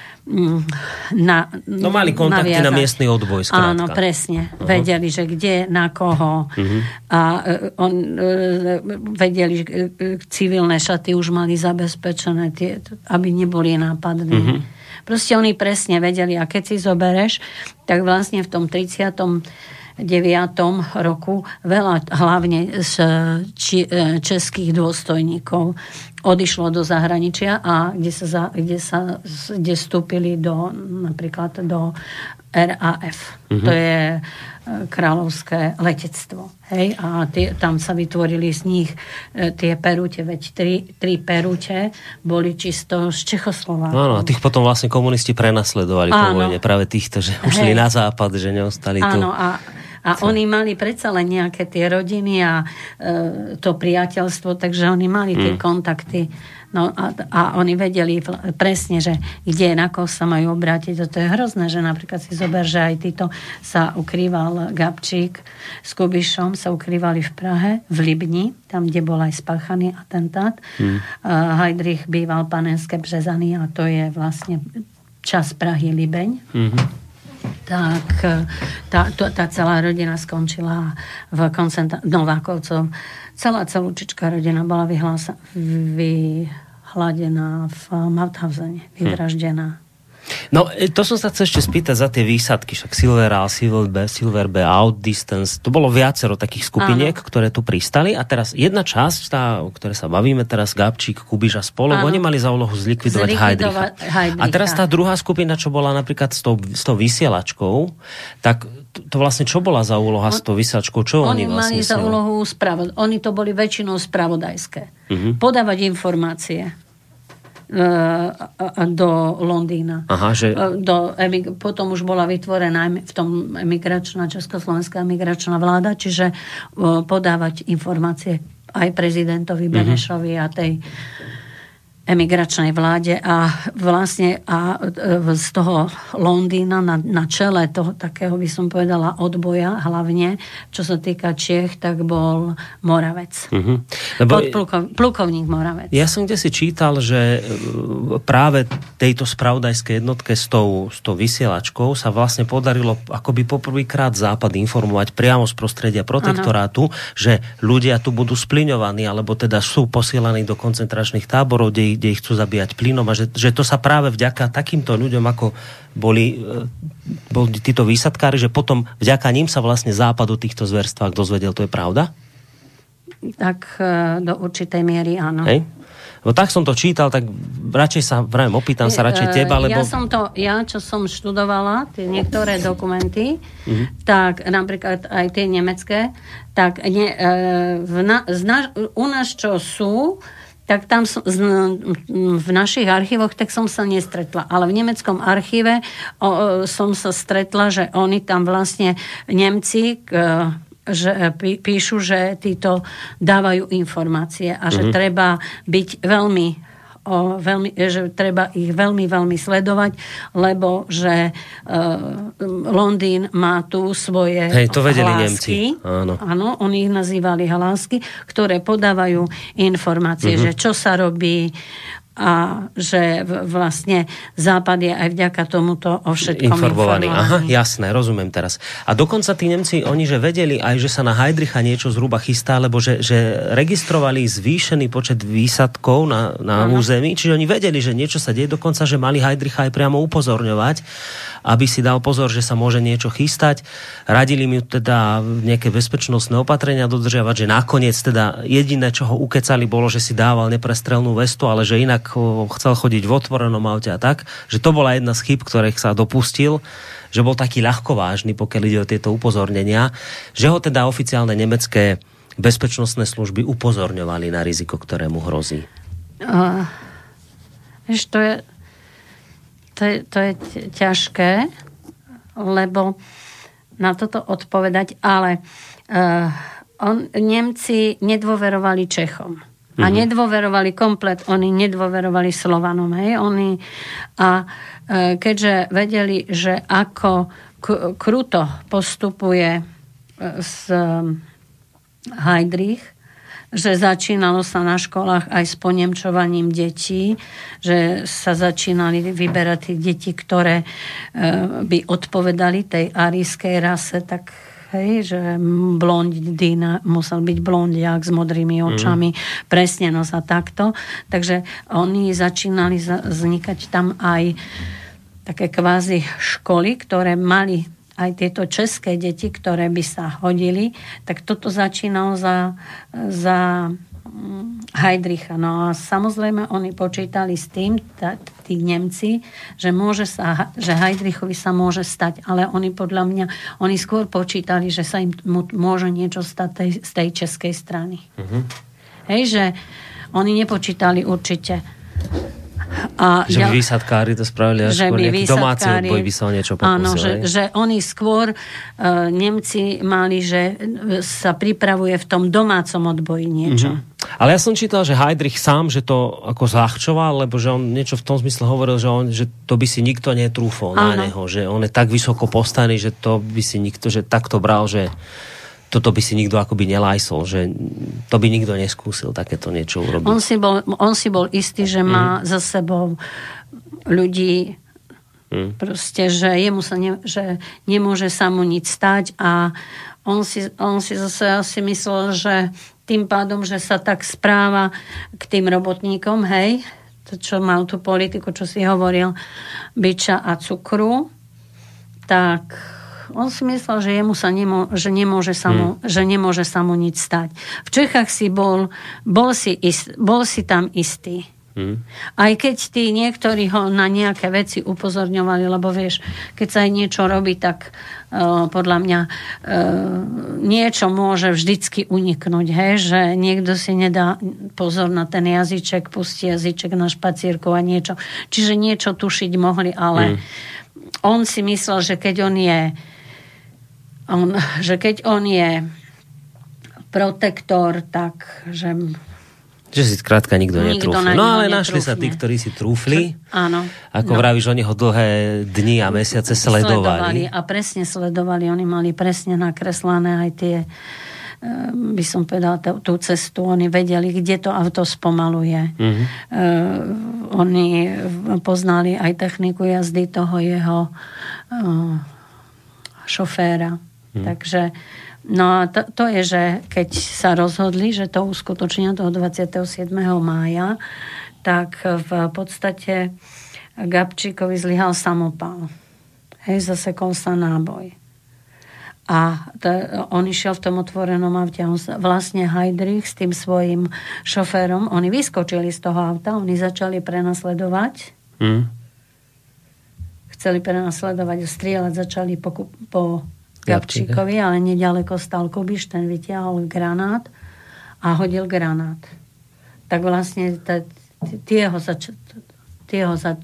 na, no mali kontakty naviazať. Na miestny odboj, skrátka. Áno, presne. Uh-huh. Vedeli, že kde, na koho. Uh-huh. A on, vedeli, že civilné šaty už mali zabezpečené, tie, aby neboli nápadní. Uh-huh. Proste oni presne vedeli. A keď si zobereš, tak vlastne v tom tridsiatom deviatom roku veľa hlavne z či, českých dôstojníkov odišlo do zahraničia a kde sa, kde sa kde vstúpili do napríklad do er á ef. Mm-hmm. To je kráľovské letectvo. Hej? A tie, tam sa vytvorili z nich tie perúte, veď tri, tri perúte boli čisto z Čechoslovákov. Áno, a tých potom vlastne komunisti prenasledovali po vojne, práve týchto, že ušli na západ, že neostali tu. Áno, a A oni mali predsa len nejaké tie rodiny a e, to priateľstvo, takže oni mali tie mm. kontakty. No a, a oni vedeli presne, že kde, na koho sa majú obrátiť. To je hrozné, že napríklad si zober, že aj títo sa ukrýval Gabčík s Kubišom, sa ukrývali v Prahe, v Libni, tam, kde bol aj spáchaný atentát. Mm. Heydrich býval Panenské Březany a to je vlastne čas Prahy Libeň. Mm-hmm. Tak tá, tá celá rodina skončila v koncentra- Novákovcov. Celá celúčičká rodina bola vyhlása, vyhladená v Mauthausene, vyvraždená. No, to som sa chcel ešte spýtať za tie výsadky, však Silver A, Silver B, Silver B, Outdistance, to bolo viacero takých skupiniek, áno, ktoré tu pristali a teraz jedna časť, tá, o ktorej sa bavíme teraz, Gabčík, Kubiš a spolu, oni mali za úlohu zlikvidovať Heydricha. Heydricha. A teraz tá druhá skupina, čo bola napríklad s tou, s tou vysielačkou, tak to, to vlastne čo bola za úloha On, s tou vysielačkou? Čo oni, oni vlastne mali za úlohu spravod... Oni to boli väčšinou spravodajské. Uh-huh. Podávať informácie do Londýna. Aha, že... do, potom už bola vytvorená v tom emigračná, československá emigračná vláda, čiže podávať informácie aj prezidentovi Benešovi a tej emigračnej vláde a vlastne a z toho Londýna na, na čele toho takého, by som povedala, odboja hlavne, čo sa týka Čiech, tak bol Moravec. Uh-huh. Lebo Podplukov, plukovník Moravec. Ja som kde si čítal, že práve tejto spravodajskej jednotke s tou, s tou vysielačkou sa vlastne podarilo akoby poprvýkrát Západ informovať priamo z prostredia protektorátu, ano. Že ľudia tu budú splyňovaní, alebo teda sú posielaní do koncentračných táborov, kde kde ich chcú zabíjať plynom a že, že to sa práve vďaka takýmto ľuďom, ako boli, boli títo výsadkári, že potom vďaka ním sa vlastne Západ o týchto zverstvách dozvedel. To je pravda? Tak do určitej miery áno. Hej? No tak som to čítal, tak radšej sa, vrajím, opýtam sa radšej teba, lebo... Ja som to, ja čo som študovala, tie niektoré dokumenty, mm-hmm. tak napríklad aj tie nemecké, tak ne, v na, zna, u nás čo sú, tak tam som, v našich archívoch tak som sa nestretla. Ale v nemeckom archíve o, som sa stretla, že oni tam vlastne Nemci k, že píšu, že títo dávajú informácie a že mm-hmm. treba byť veľmi O, veľmi, že treba ich veľmi, veľmi sledovať, lebo že uh, Londýn má tu svoje Hej, to vedeli hlásky. Nemci. Áno. Áno, oni ich nazývali hlásky, ktoré podávajú informácie, mm-hmm. že čo sa robí a že vlastne Západ je aj vďaka tomuto o všetkom informovaný. Aha, jasné, rozumiem teraz. A dokonca tí Nemci, oni že vedeli aj, že sa na Heydricha niečo zhruba chystá, lebo že, že registrovali zvýšený počet výsadkov na, na území, čiže oni vedeli, že niečo sa deje, dokonca, že mali Heydricha aj priamo upozorňovať, aby si dal pozor, že sa môže niečo chystať. Radili mi teda nejaké bezpečnostné opatrenia dodržiavať, že nakoniec teda jediné, čo ho ukecali, bolo, že si dával neprestrelnú vestu, ale že inak chcel chodiť v otvorenom aute a tak, že to bola jedna z chýb, ktorých sa dopustil, že bol taký ľahkovážny, pokiaľ ide o tieto upozornenia, že ho teda oficiálne nemecké bezpečnostné služby upozorňovali na riziko, ktoré mu hrozí. Uh, vieš, to je to je, to je ťažké, lebo na toto odpovedať, ale uh, on, Nemci nedôverovali Čechom. A nedôverovali komplet, oni nedôverovali Slovanom, hej, oni a e, keďže vedeli, že ako k- kruto postupuje s e, Heydrich, že začínalo sa na školách aj s ponemčovaním detí, že sa začínali vyberať tie deti, ktoré e, by odpovedali tej arijskej rase, tak hej, že blondína musel byť blondiak s modrými očami, mm. presne nos a takto. Takže oni začínali vznikať tam aj také kvázi školy, ktoré mali aj tieto české deti, ktoré by sa hodili. Tak toto začínalo za, za Heydricha. No a samozrejme oni počítali s tým, tá, tí Nemci, že, môže sa, že Heydrichovi sa môže stať, ale oni podľa mňa, oni skôr počítali, že sa im môže niečo stať tej, z tej českej strany. Mm-hmm. Hej, že oni nepočítali určite. A že by výsadkári to spravili, až skôr nejaký domáci odboj by sa o niečo pokúsil. Áno, že, že oni skôr uh, Nemci mali, že sa pripravuje v tom domácom odboji niečo. Mm-hmm. Ale ja som čítal, že Heydrich sám, že to ako zľahčoval, lebo že on niečo v tom zmysle hovoril, že, on, že to by si nikto netrúfol na neho, že on je tak vysoko postavený, že to by si nikto, že takto bral, že toto by si nikto akoby nelajsol, že to by nikto neskúsil takéto niečo urobiť. On si bol, on si bol istý, že má mm. za sebou ľudí, mm. proste, že jemu sa ne, že nemôže sa mu nič stať a on si, on si zase asi myslel, že tým pádom, že sa tak správa k tým robotníkom, hej, to, čo mal tú politiku, čo si hovoril, biča a cukru, tak on si myslel, že jemu sa nemô, že nemôže sa mu, hmm. že nemôže sa mu nič stať. V Čechách si bol, bol si, ist, bol si tam istý. Hmm. Aj keď tí niektorí ho na nejaké veci upozorňovali, lebo vieš, keď sa aj niečo robí, tak uh, podľa mňa uh, niečo môže vždycky uniknúť, hej? Že niekto si nedá pozor na ten jazyček, pustí jazyček na špacírku a niečo. Čiže niečo tušiť mohli, ale hmm. on si myslel, že keď on je On, že keď on je protektor, tak že, Že si skrátka nikto, nikto netrúfli. No ale našli netrúfne. sa tí, ktorí si trúfli. Áno. Ako no. vravíš, oni ho dlhé dni a mesiace sledovali. Sledovali a presne sledovali. Oni mali presne nakreslené aj tie, by som povedala, tú cestu. Oni vedeli, kde to auto spomaluje. Mm-hmm. Uh, oni poznali aj techniku jazdy toho jeho uh, šoféra. Mm. Takže no a to, to je, že keď sa rozhodli, že to uskutočnia toho dvadsiateho siedmeho mája, tak v podstate Gabčíkovi zlyhal samopal. Hej, zasekol sa náboj. A to, on išiel v tom otvorenom aute. On, vlastne Heydrich s tým svojím šoférom, oni vyskočili z toho auta, oni začali prenasledovať. Mm. Chceli prenasledovať, strieľať začali po, po Gabčíkovi, ale nedaleko stal Kubiš, ten vytiahol granát a hodil granát. Tak vlastne tie ho zač... Tie ho za...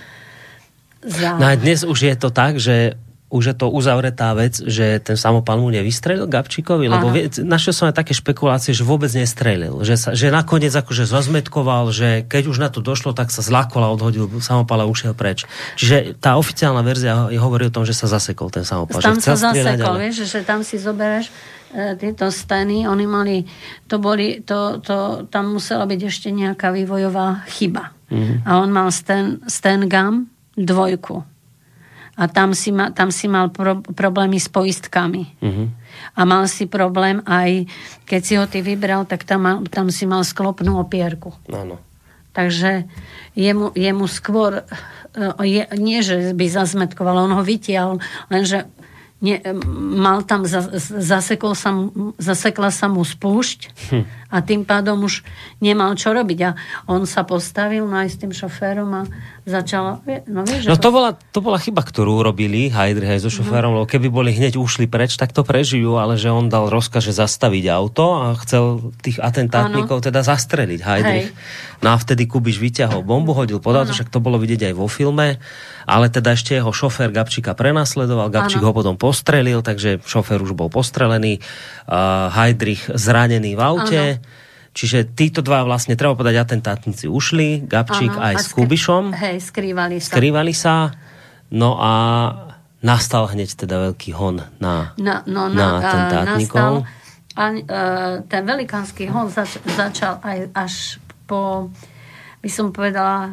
za... No a dnes už je to tak, že už je to uzavretá vec, že ten samopal mu nevystrelil Gabčíkovi, lebo vie, našiel som aj také špekulácie, že vôbec nestrelil. Že, sa, že nakoniec akože zozmetkoval, že keď už na to došlo, tak sa zľakol a odhodil samopal a ušiel preč. Čiže tá oficiálna verzia hovorí o tom, že sa zasekol ten samopal. Tam že sa zasekol, ale... vieš, že tam si zoberieš e, tieto steny, oni mali, to boli, to, to, tam musela byť ešte nejaká vývojová chyba. Mm-hmm. A on mal Sten, Stengam dvojku. A tam si, ma, tam si mal pro, problémy s poistkami. Uh-huh. A mal si problém aj, keď si ho ty vybral, tak tam, tam si mal sklopnú opierku. Áno. Takže jemu, jemu skôr, je, nie že by zazmetkoval, on ho vytiahol, lenže nie, mal tam, zasekol sa, zasekla sa mu spúšť hm. a tým pádom už nemal čo robiť. A on sa postavil no aj s tým šoférom a začal... No, vieš, no to, bola, to bola chyba, ktorú urobili Heydrich aj so šoférom, no. Lebo keby boli hneď ušli preč, tak to prežijú, ale že on dal rozkaz, že zastaviť auto a chcel tých atentátnikov ano. teda zastreliť Heydrich. Hej. No a vtedy Kubiš vyťahol bombu, hodil pod auto, však to bolo vidieť aj vo filme, ale teda ešte jeho šofér Gabčíka prenasledoval, Gabčík ano. ho potom postrelil, takže šofér už bol postrelený, uh, Heydrich zranený v aute. Ano. Čiže títo dva vlastne, treba povedať, atentátnici ušli, Gabčík ano, aj s Kubišom. Hej, skrývali sa. Skrývali sa. No a nastal hneď teda veľký hon na, na, no, na, na atentátnikov. Nastal, a uh, ten velikánsky hon zač, začal aj až po, by som povedala,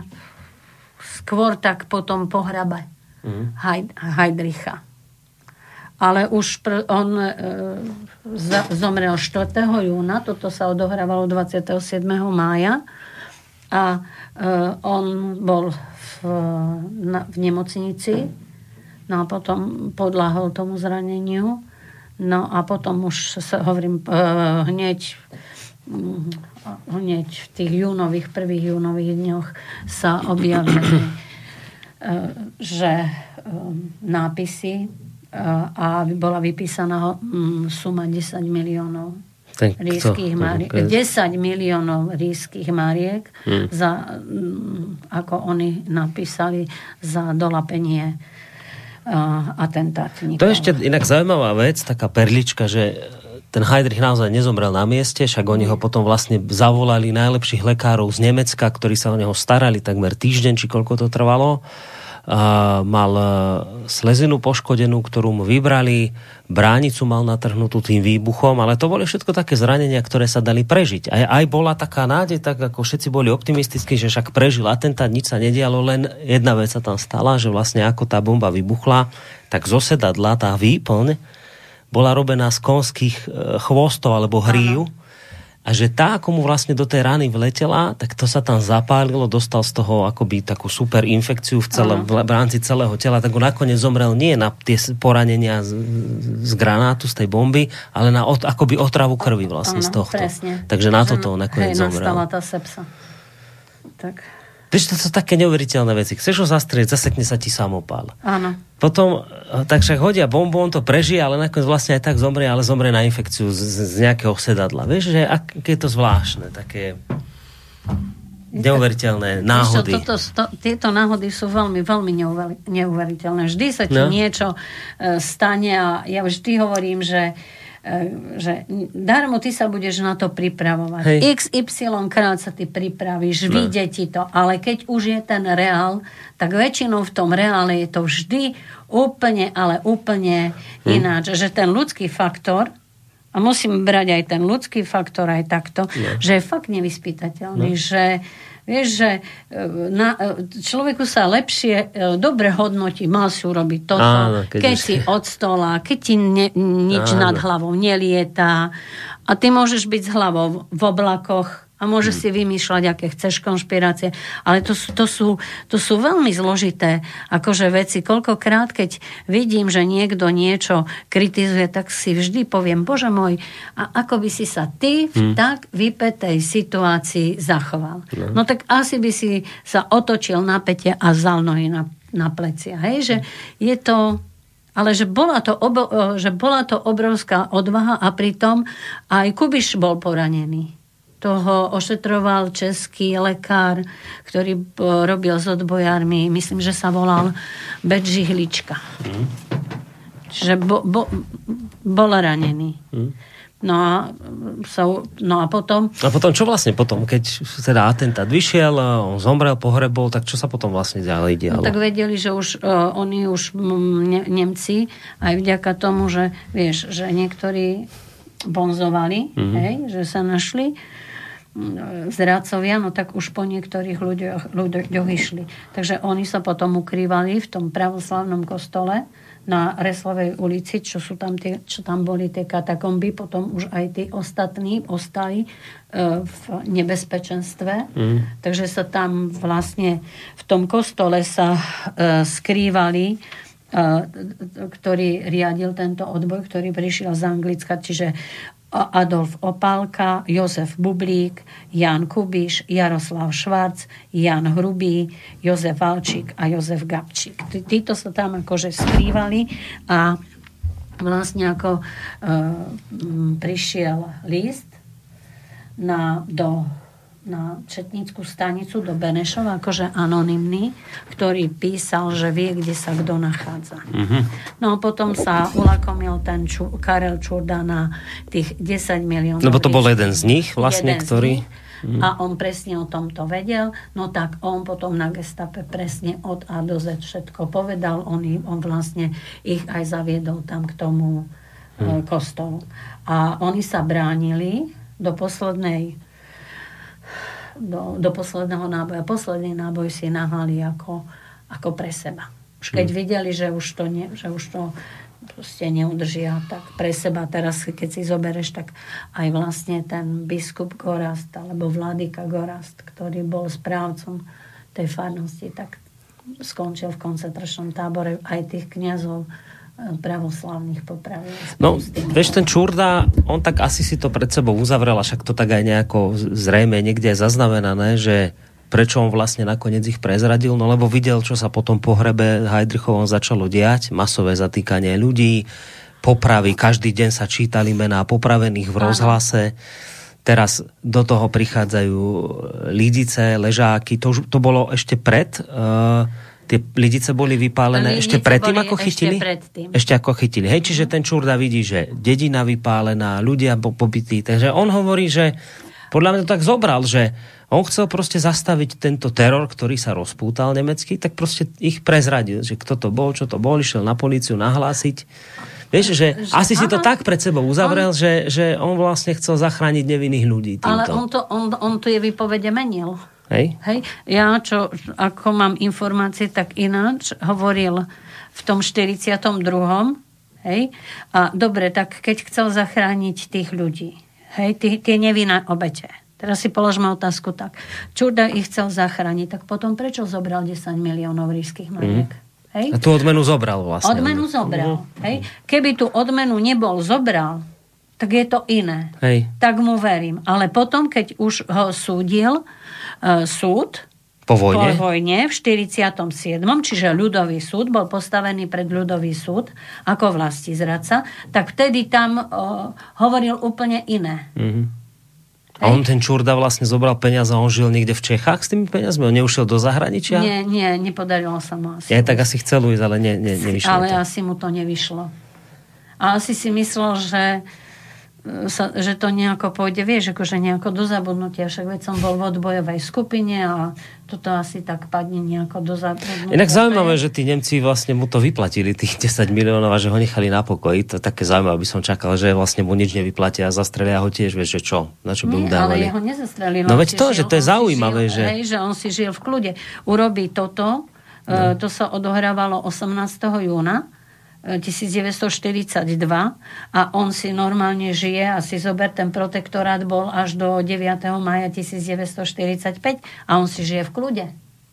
skôr tak potom po hrabe mm. Heydricha. Ale už pr- on e, za- zomrel štvrtého júna, toto sa odohrávalo dvadsiateho siedmeho mája a e, on bol v, na, v nemocnici, no a potom podľahol tomu zraneniu, no a potom už sa hovorím e, hneď hneď v tých júnových, prvých júnových dňoch sa objavili e, že e, nápisy a bola vypísaná suma desať miliónov rískych mariek. desať miliónov rískych mariek hmm. za, ako oni napísali, za dolapenie uh, atentátnikov. To je ešte inak zaujímavá vec, taká perlička, že ten Heydrich naozaj nezomrel na mieste, však oni ho potom vlastne zavolali najlepších lekárov z Nemecka, ktorí sa o neho starali takmer týždeň, či koľko to trvalo. Uh, mal uh, slezinu poškodenú, ktorú mu vybrali, bránicu mal natrhnutú tým výbuchom, ale to boli všetko také zranenia, ktoré sa dali prežiť. Aj, aj bola taká nádej, tak ako všetci boli optimistickí, že však prežil atentát, nič sa nedialo, len jedna vec sa tam stala, že vlastne ako tá bomba vybuchla, tak zo sedadla tá výplň bola robená z konských uh, chvostov alebo hríju. Aha. A že tá, ako mu vlastne do tej rany vletela, tak to sa tam zapálilo, dostal z toho akoby takú super infekciu v, celom, v rámci celého tela, tak on nakoniec zomrel nie na tie poranenia z, z granátu, z tej bomby, ale na od, akoby otravu krvi vlastne ano, z tohto. Presne. Takže na toto on nakoniec hej, zomrel. Nastala tá sepsa. Tak... Vieš, to sú také neuveriteľné veci. Chceš ho zastrieť, zasekne sa ti samopal. Áno. Potom, tak však hodia bombu, on to prežije, ale nakoniec vlastne aj tak zomrie, ale zomrie na infekciu z, z nejakého sedadla. Vieš, že aké je to zvláštne, také neuveriteľné náhody. Toto, to, tieto náhody sú veľmi, veľmi neuveriteľné. Vždy sa ti no. niečo stane a ja vždy hovorím, že že darmo ty sa budeš na to pripravovať. Hej. iks ypsilon krát sa ty pripravíš, no. Vyjde ti to, ale keď už je ten reál, tak väčšinou v tom reále je to vždy úplne, ale úplne hm. ináč. Že ten ľudský faktor, a musím brať aj ten ľudský faktor aj takto, no. Že je fakt nevyspytateľný, no. Že vieš, že na, človeku sa lepšie, dobre hodnotí, mal si urobiť toto, áno, keď, keď si od stola, keď ti ne, nič áno. nad hlavou nelietá a ty môžeš byť s hlavou v oblakoch a môžeš hmm. si vymýšľať, aké chceš konšpirácie, ale to sú, to sú, to sú veľmi zložité akože veci. Koľkokrát, keď vidím, že niekto niečo kritizuje, tak si vždy poviem, Bože môj, a ako by si sa ty v hmm. tak vypätej situácii zachoval? No. no tak asi by si sa otočil na päte a vzal nohy na, na plecia. Hej, že je to... Ale že bola, to obo, že bola to obrovská odvaha a pritom aj Kubiš bol poranený. Toho ošetroval český lekár, ktorý robil s odbojármi. Myslím, že sa volal Bedřich Hlička. Mm. Čiže bo, bo, bol ranený. Mm. No a, so, no a potom... A potom, čo vlastne potom? Keď teda atentát vyšiel, on zomrel, pohrebol, tak čo sa potom vlastne ďalej dialo? No, tak vedeli, že už uh, oni už ne, Nemci, aj vďaka tomu, že vieš, že niektorí bonzovali, mm-hmm. hej, že sa našli zradcovia, no tak už po niektorých ľuďoch, ľuďoch išli. Takže oni sa potom ukrývali v tom pravoslavnom kostole na Reslovej ulici, čo sú tam tie, čo tam boli tie katakomby, potom už aj tí ostatní ostali e, v nebezpečenstve. Mm. Takže sa tam vlastne v tom kostole sa e, skrývali, e, ktorý riadil tento odboj, ktorý prišiel z Anglicka, čiže Adolf Opálka, Jozef Bublík, Jan Kubiš, Jaroslav Švarc, Jan Hrubý, Jozef Valčík a Jozef Gabčík. Títo sa tam akože skrývali a vlastne ako e, prišiel list na, do, na Četnickú stanicu do Benešova, akože anonymný, ktorý písal, že vie, kde sa kto nachádza. Mm-hmm. No a potom sa ulakomil ten Ču, Karel Čurda na tých desať miliónov. Lebo to bol jeden z nich vlastne, ktorý... Mm. A on presne o tomto vedel, no tak on potom na gestape presne od A do Z všetko povedal, on, on vlastne ich aj zaviedol tam k tomu mm. kostolu. A oni sa bránili do poslednej Do, do posledného náboja. Posledný náboj si nahali ako, ako pre seba. Už keď hmm. videli, že už to, ne, že už to proste neudržia, tak pre seba teraz, keď si zobereš, tak aj vlastne ten biskup Gorast, alebo vladyka Gorast, ktorý bol správcom tej farnosti, tak skončil v koncentračnom tábore. Aj tých kňazov pravoslavných popravil. No, vieš, ten Čurda, on tak asi si to pred sebou uzavrel, a však to tak aj nejako zrejme niekde je zaznamenané, že prečo on vlastne nakoniec ich prezradil, no lebo videl, čo sa potom po hrebe Heydrichovom začalo diať, masové zatýkanie ľudí, popravy, každý deň sa čítali mená popravených v rozhlase. Teraz do toho prichádzajú Lidice, Ležáky, to, to bolo ešte pred... Uh, tie Lidice boli vypálené Lidice ešte predtým, ako chytili? Ešte predtým. Ešte ako chytili. Hej, čiže ten Čurda vidí, že dedina vypálená, ľudia pobytí. Takže on hovorí, že podľa mňa to tak zobral, že on chcel proste zastaviť tento teror, ktorý sa rozpútal nemecký, tak proste ich prezradil, že kto to bol, čo to bol, išiel na políciu nahlásiť. Vieš, že, že asi aha. si to tak pred sebou uzavrel, on, že, že on vlastne chcel zachrániť nevinných ľudí týmto. Ale on to, on, on to je vypovede menil. Hej. Hej. Ja, čo, ako mám informácie, tak ináč hovoril v tom štyridsiatom druhom Hej. A dobre, tak keď chcel zachrániť tých ľudí, hej, tie, tie nevinné obete. Teraz si položme otázku tak. Čurda ich chcel zachrániť, tak potom prečo zobral desať miliónov ríšskych maniek? Mm. Hej. A tú odmenu zobral vlastne. Odmenu zobral. Mm. Hej. Keby tú odmenu nebol zobral, tak je to iné. Hej. Tak mu verím. Ale potom, keď už ho súdil uh, súd po vojne? po vojne v štyridsiatom siedmom čiže ľudový súd, bol postavený pred ľudový súd ako vlastizradca, tak vtedy tam uh, hovoril úplne iné. Mhm. A on, ten Čurda, vlastne zobral peniaze a on žil niekde v Čechách s tými peniazmi? On neušiel do zahraničia? Nie, nie, nepodarilo sa mu asi. Ja tak asi chcel ísť, ale ne, ne, nevyšlo ale to. asi mu to nevyšlo. A asi si myslel, že sa, že to nejako pôjde, vieš, akože nejako do zabudnutia, však veď som bol v odbojovej skupine a toto asi tak padne nejako do zabudnutia. Inak zaujímavé, že tí Nemci vlastne mu to vyplatili, tých desať miliónov a že ho nechali na pokoji. To je také zaujímavé, by som čakal, že vlastne mu nič nevyplatia a zastrelia ho tiež, vieš, že čo? Na čo by mu dávali? Ale jeho nezastrelili. No veď to, žil, že to je zaujímavé, žil, že... Hej, že on si žil v kľude. Urobí toto, no. uh, to sa odohrávalo osemnásteho júna devätnásťstoštyridsaťdva a on si normálne žije a si zober, ten protektorát bol až do deviateho mája devätnásťstoštyridsaťpäť a on si žije v kľude.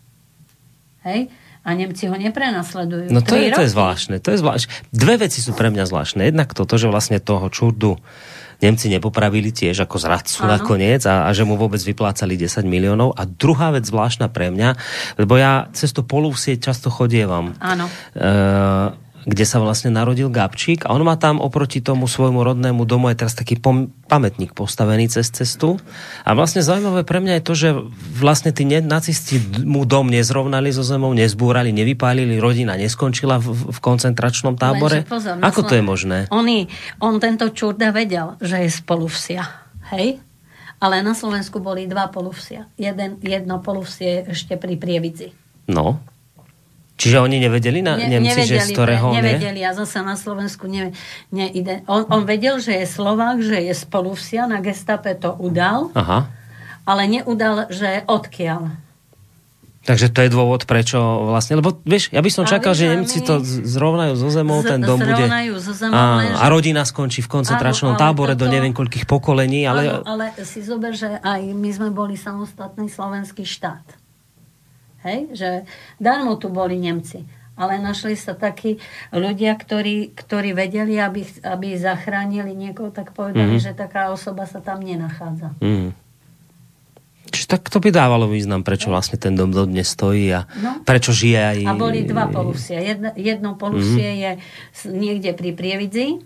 Hej? A Nemci ho neprenasledujú. No to je, to je zvláštne. To je zvláštne. Dve veci sú pre mňa zvláštne. Jednak toto, že vlastne toho Čurdu Nemci nepopravili tiež ako zradcu nakoniec a, a že mu vôbec vyplácali desať miliónov. A druhá vec zvláštna pre mňa, lebo ja cez to polúvsieť často chodievam. Áno. E- kde sa vlastne narodil Gabčík a on má tam oproti tomu svojmu rodnému domu aj teraz taký pom- pamätník postavený cez cestu. A vlastne zaujímavé pre mňa je to, že vlastne tí ne- nacisti mu dom nezrovnali so zemou, nezbúrali, nevypálili, rodina neskončila v, v koncentračnom tábore. Pozor, ako to je možné? On, on tento Čurda vedel, že je z poluvsia. Hej? Ale na Slovensku boli dva poluvsia. Jeden, jedno poluvsie ešte pri Prievidzi. No. Čiže oni nevedeli na ne, Nemci, nevedeli, že z ktorého on je? Nevedeli, a zase na Slovensku ne, neide. On, on vedel, že je Slovák, že je z Poluvsia, na gestape to udal, Aha. ale neudal, že odkiaľ. Takže to je dôvod, prečo vlastne, lebo vieš, ja by som čakal, že Nemci to zrovnajú zo zemou, ten dom bude zo zemou, a, lenže... a rodina skončí v koncentračnom tábore toto... do neviem koľkých pokolení, ale... Áno, ale si zober, že aj my sme boli samostatný slovenský štát. Hej, že darmo tu boli Nemci, ale našli sa takí ľudia, ktorí, ktorí vedeli, aby, aby zachránili niekoho, tak povedali, mm. že taká osoba sa tam nenachádza. Mm. Čiže tak to by dávalo význam, prečo vlastne ten dom dodnes stojí a no. prečo žije aj... A boli dva poluvsia. Jedno, jedno poluvsie mm. je niekde pri Prievidzi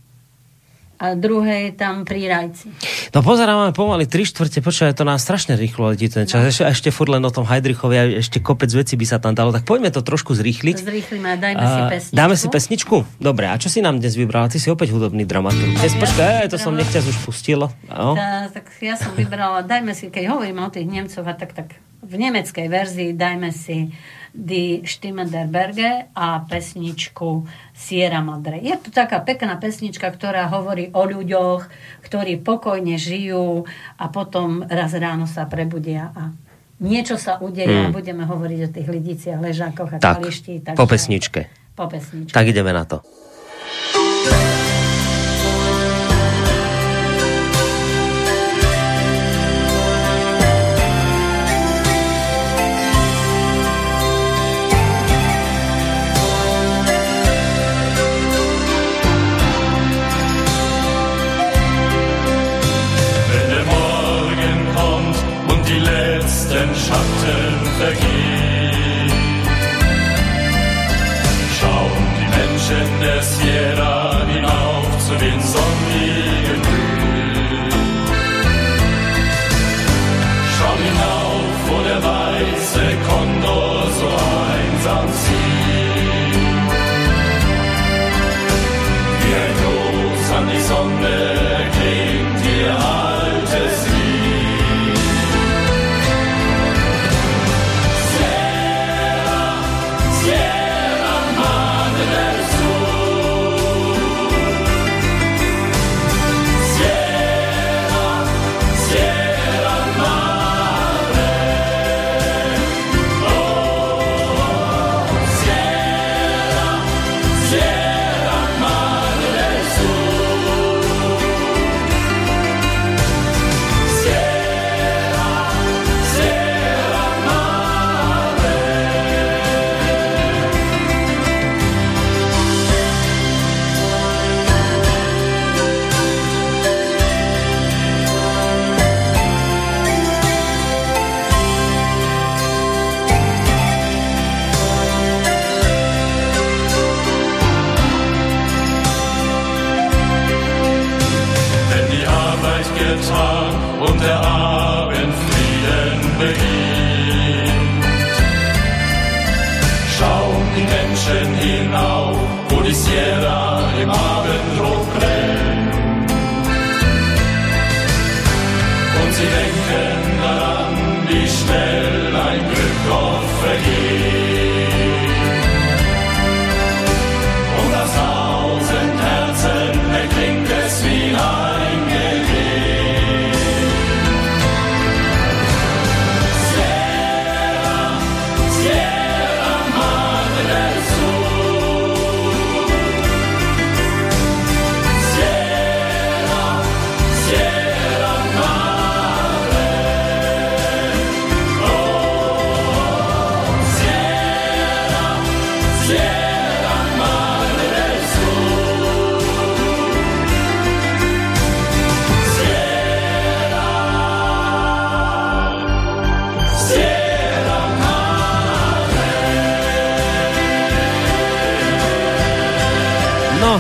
a druhé je tam pri Rajci. No pozeráme pomaly tri štvrte, počúvaj, to nás strašne rýchlo letí ten čas. No. Ešte, ešte furt len o tom Heidrichovi a ešte kopec vecí by sa tam dalo. Tak poďme to trošku zrýchliť. Zrýchlime, dajme a, si pesničku. Dáme si pesničku? Dobre, a čo si nám dnes vybrala? Ty si opäť hudobný dramaturg. Dnes, počkaj, to som nechťaz už pustilo. Tá, tak ja som vybrala, dajme si, keď hovoríme o tých Nemcoch, a tak, tak v nemeckej verzii dajme si Die Stimme der Berge a pesničku Sierra Madre. Je to taká pekná pesnička, ktorá hovorí o ľuďoch, ktorí pokojne žijú a potom raz ráno sa prebudia a niečo sa udeje mm. a budeme hovoriť o tých lidiciach, ležákoch a tak, kališti. Tak, po pesničke. Po pesničke. Tak ideme na to. Schatten vergehen. Schauen die Menschen der Sierra hinauf zu den sonnigen Höhen. Schauen hinauf, wo der weiße Kondor so einsam sieht. Wie ein Gruß an die Sonne klingt ihr altes Lied.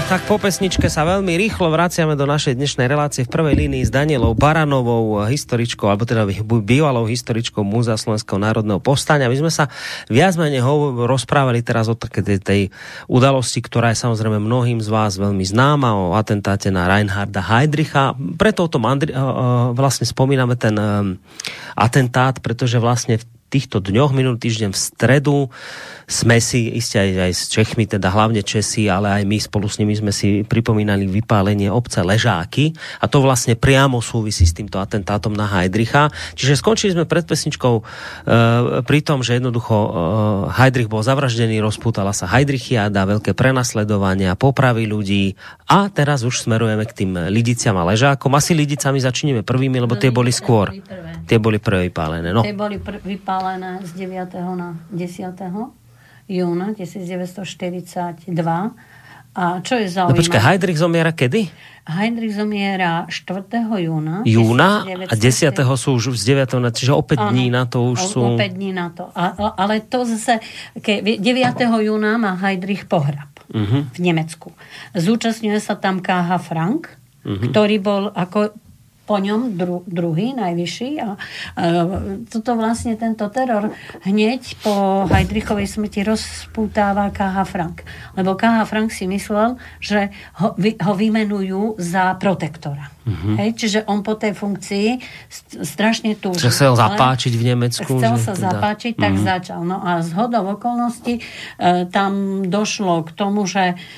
tak po pesničke sa veľmi rýchlo vraciame do našej dnešnej relácie v prvej línii s Danielou Baranovou, historičkou, alebo teda bývalou historičkou Múzea Slovenského národného povstania. My sme sa viac menej rozprávali teraz o takej tej udalosti, ktorá je samozrejme mnohým z vás veľmi známa, o atentáte na Reinharda Heydricha. Preto o tom Andri- vlastne spomíname ten atentát, pretože vlastne v týchto dňoch, minulý týždeň v stredu, sme si, iste aj, aj s Čechmi, teda hlavne Česi, ale aj my spolu s nimi sme si pripomínali vypálenie obce Ležáky a to vlastne priamo súvisí s týmto atentátom na Heydricha. Čiže skončili sme pred pesničkou e, pri tom, že jednoducho e, Heydrich bol zavraždený, rozpútala sa Heydrichiáda, veľké prenasledovania, popravy ľudí a teraz už smerujeme k tým Lidiciam a Ležákom. Asi Lidicami začneme prvými, lebo tie boli skôr. Tie boli prvé vypálené. No. Tie boli pr- vypálené z deviateho na desiateho júna devätnásťstoštyridsaťdva. A čo je zaujímavé? No počkaj, Heydrich zomiera kedy? Heydrich zomiera štvrtého júna. Júna a desiateho sú už z deviateho čiže opäť ano, dní na to už sú... opäť dní na to. A, ale to zase, ke, deviateho júna má Heydrich pohrab uh-huh. v Nemecku. Zúčastňuje sa tam ká há Frank, uh-huh. ktorý bol ako po ňom dru, druhý, najvyšší. A, a toto vlastne, tento teror hneď po Heydrichovej smrti rozpútáva ká há Frank. Lebo ká há Frank si myslel, že ho, vy, ho vymenujú za protektora. Mm-hmm. Hej, čiže on po tej funkcii st- strašne túžil. Že chcel zapáčiť v Nemecku. Chcel že sa teda... zapáčiť, tak mm-hmm. začal. No a zhodou okolností e, tam došlo k tomu, že e,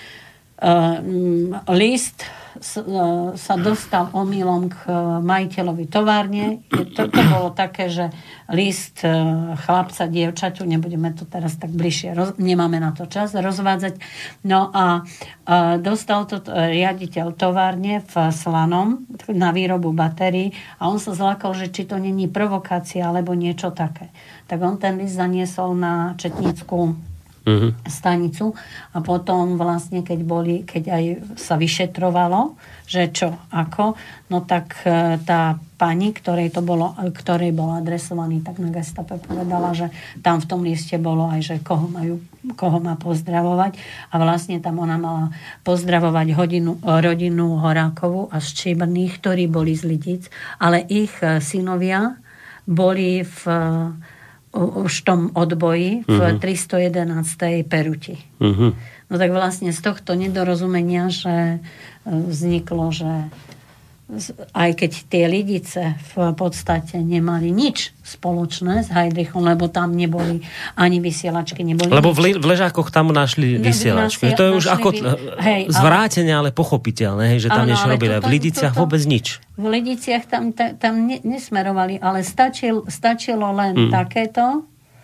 list sa dostal omylom k majiteľovi továrne. To, to bolo také, že list chlapca, dievčaťu, nebudeme to teraz tak bližšie, roz, nemáme na to čas rozvádzať. No a, a dostal to riaditeľ továrne v Slanom na výrobu batérií a on sa zlákol, že či to není provokácia alebo niečo také. Tak on ten list zaniesol na Četnickú Uh-huh. stanicu a potom vlastne, keď boli, keď aj sa vyšetrovalo, že čo, ako, no tak tá pani, ktorej to bolo, ktorej bol adresovaný, tak na gestape povedala, že tam v tom liste bolo aj, že koho majú, koho má pozdravovať a vlastne tam ona mala pozdravovať hodinu, rodinu Horákovú a Ščibrných, ktorí boli z Lidic, ale ich synovia boli v už v tom odboji v uh-huh. tristojedenástej Peruti. Uh-huh. No tak vlastne z tohto nedorozumenia, že vzniklo, že aj keď tie Lidice v podstate nemali nič spoločné s Heydrichom, lebo tam neboli ani vysielačky, neboli lebo nič. v, li- v Ležákoch tam našli vysielačky. To je už ako vy... hej, zvrátenie, ale pochopiteľné, hej, že tam áno, niečo robili. V Lidiciach toto, vôbec nič. V Lidiciach tam, tam ne, nesmerovali, ale stačil, stačilo len mm. takéto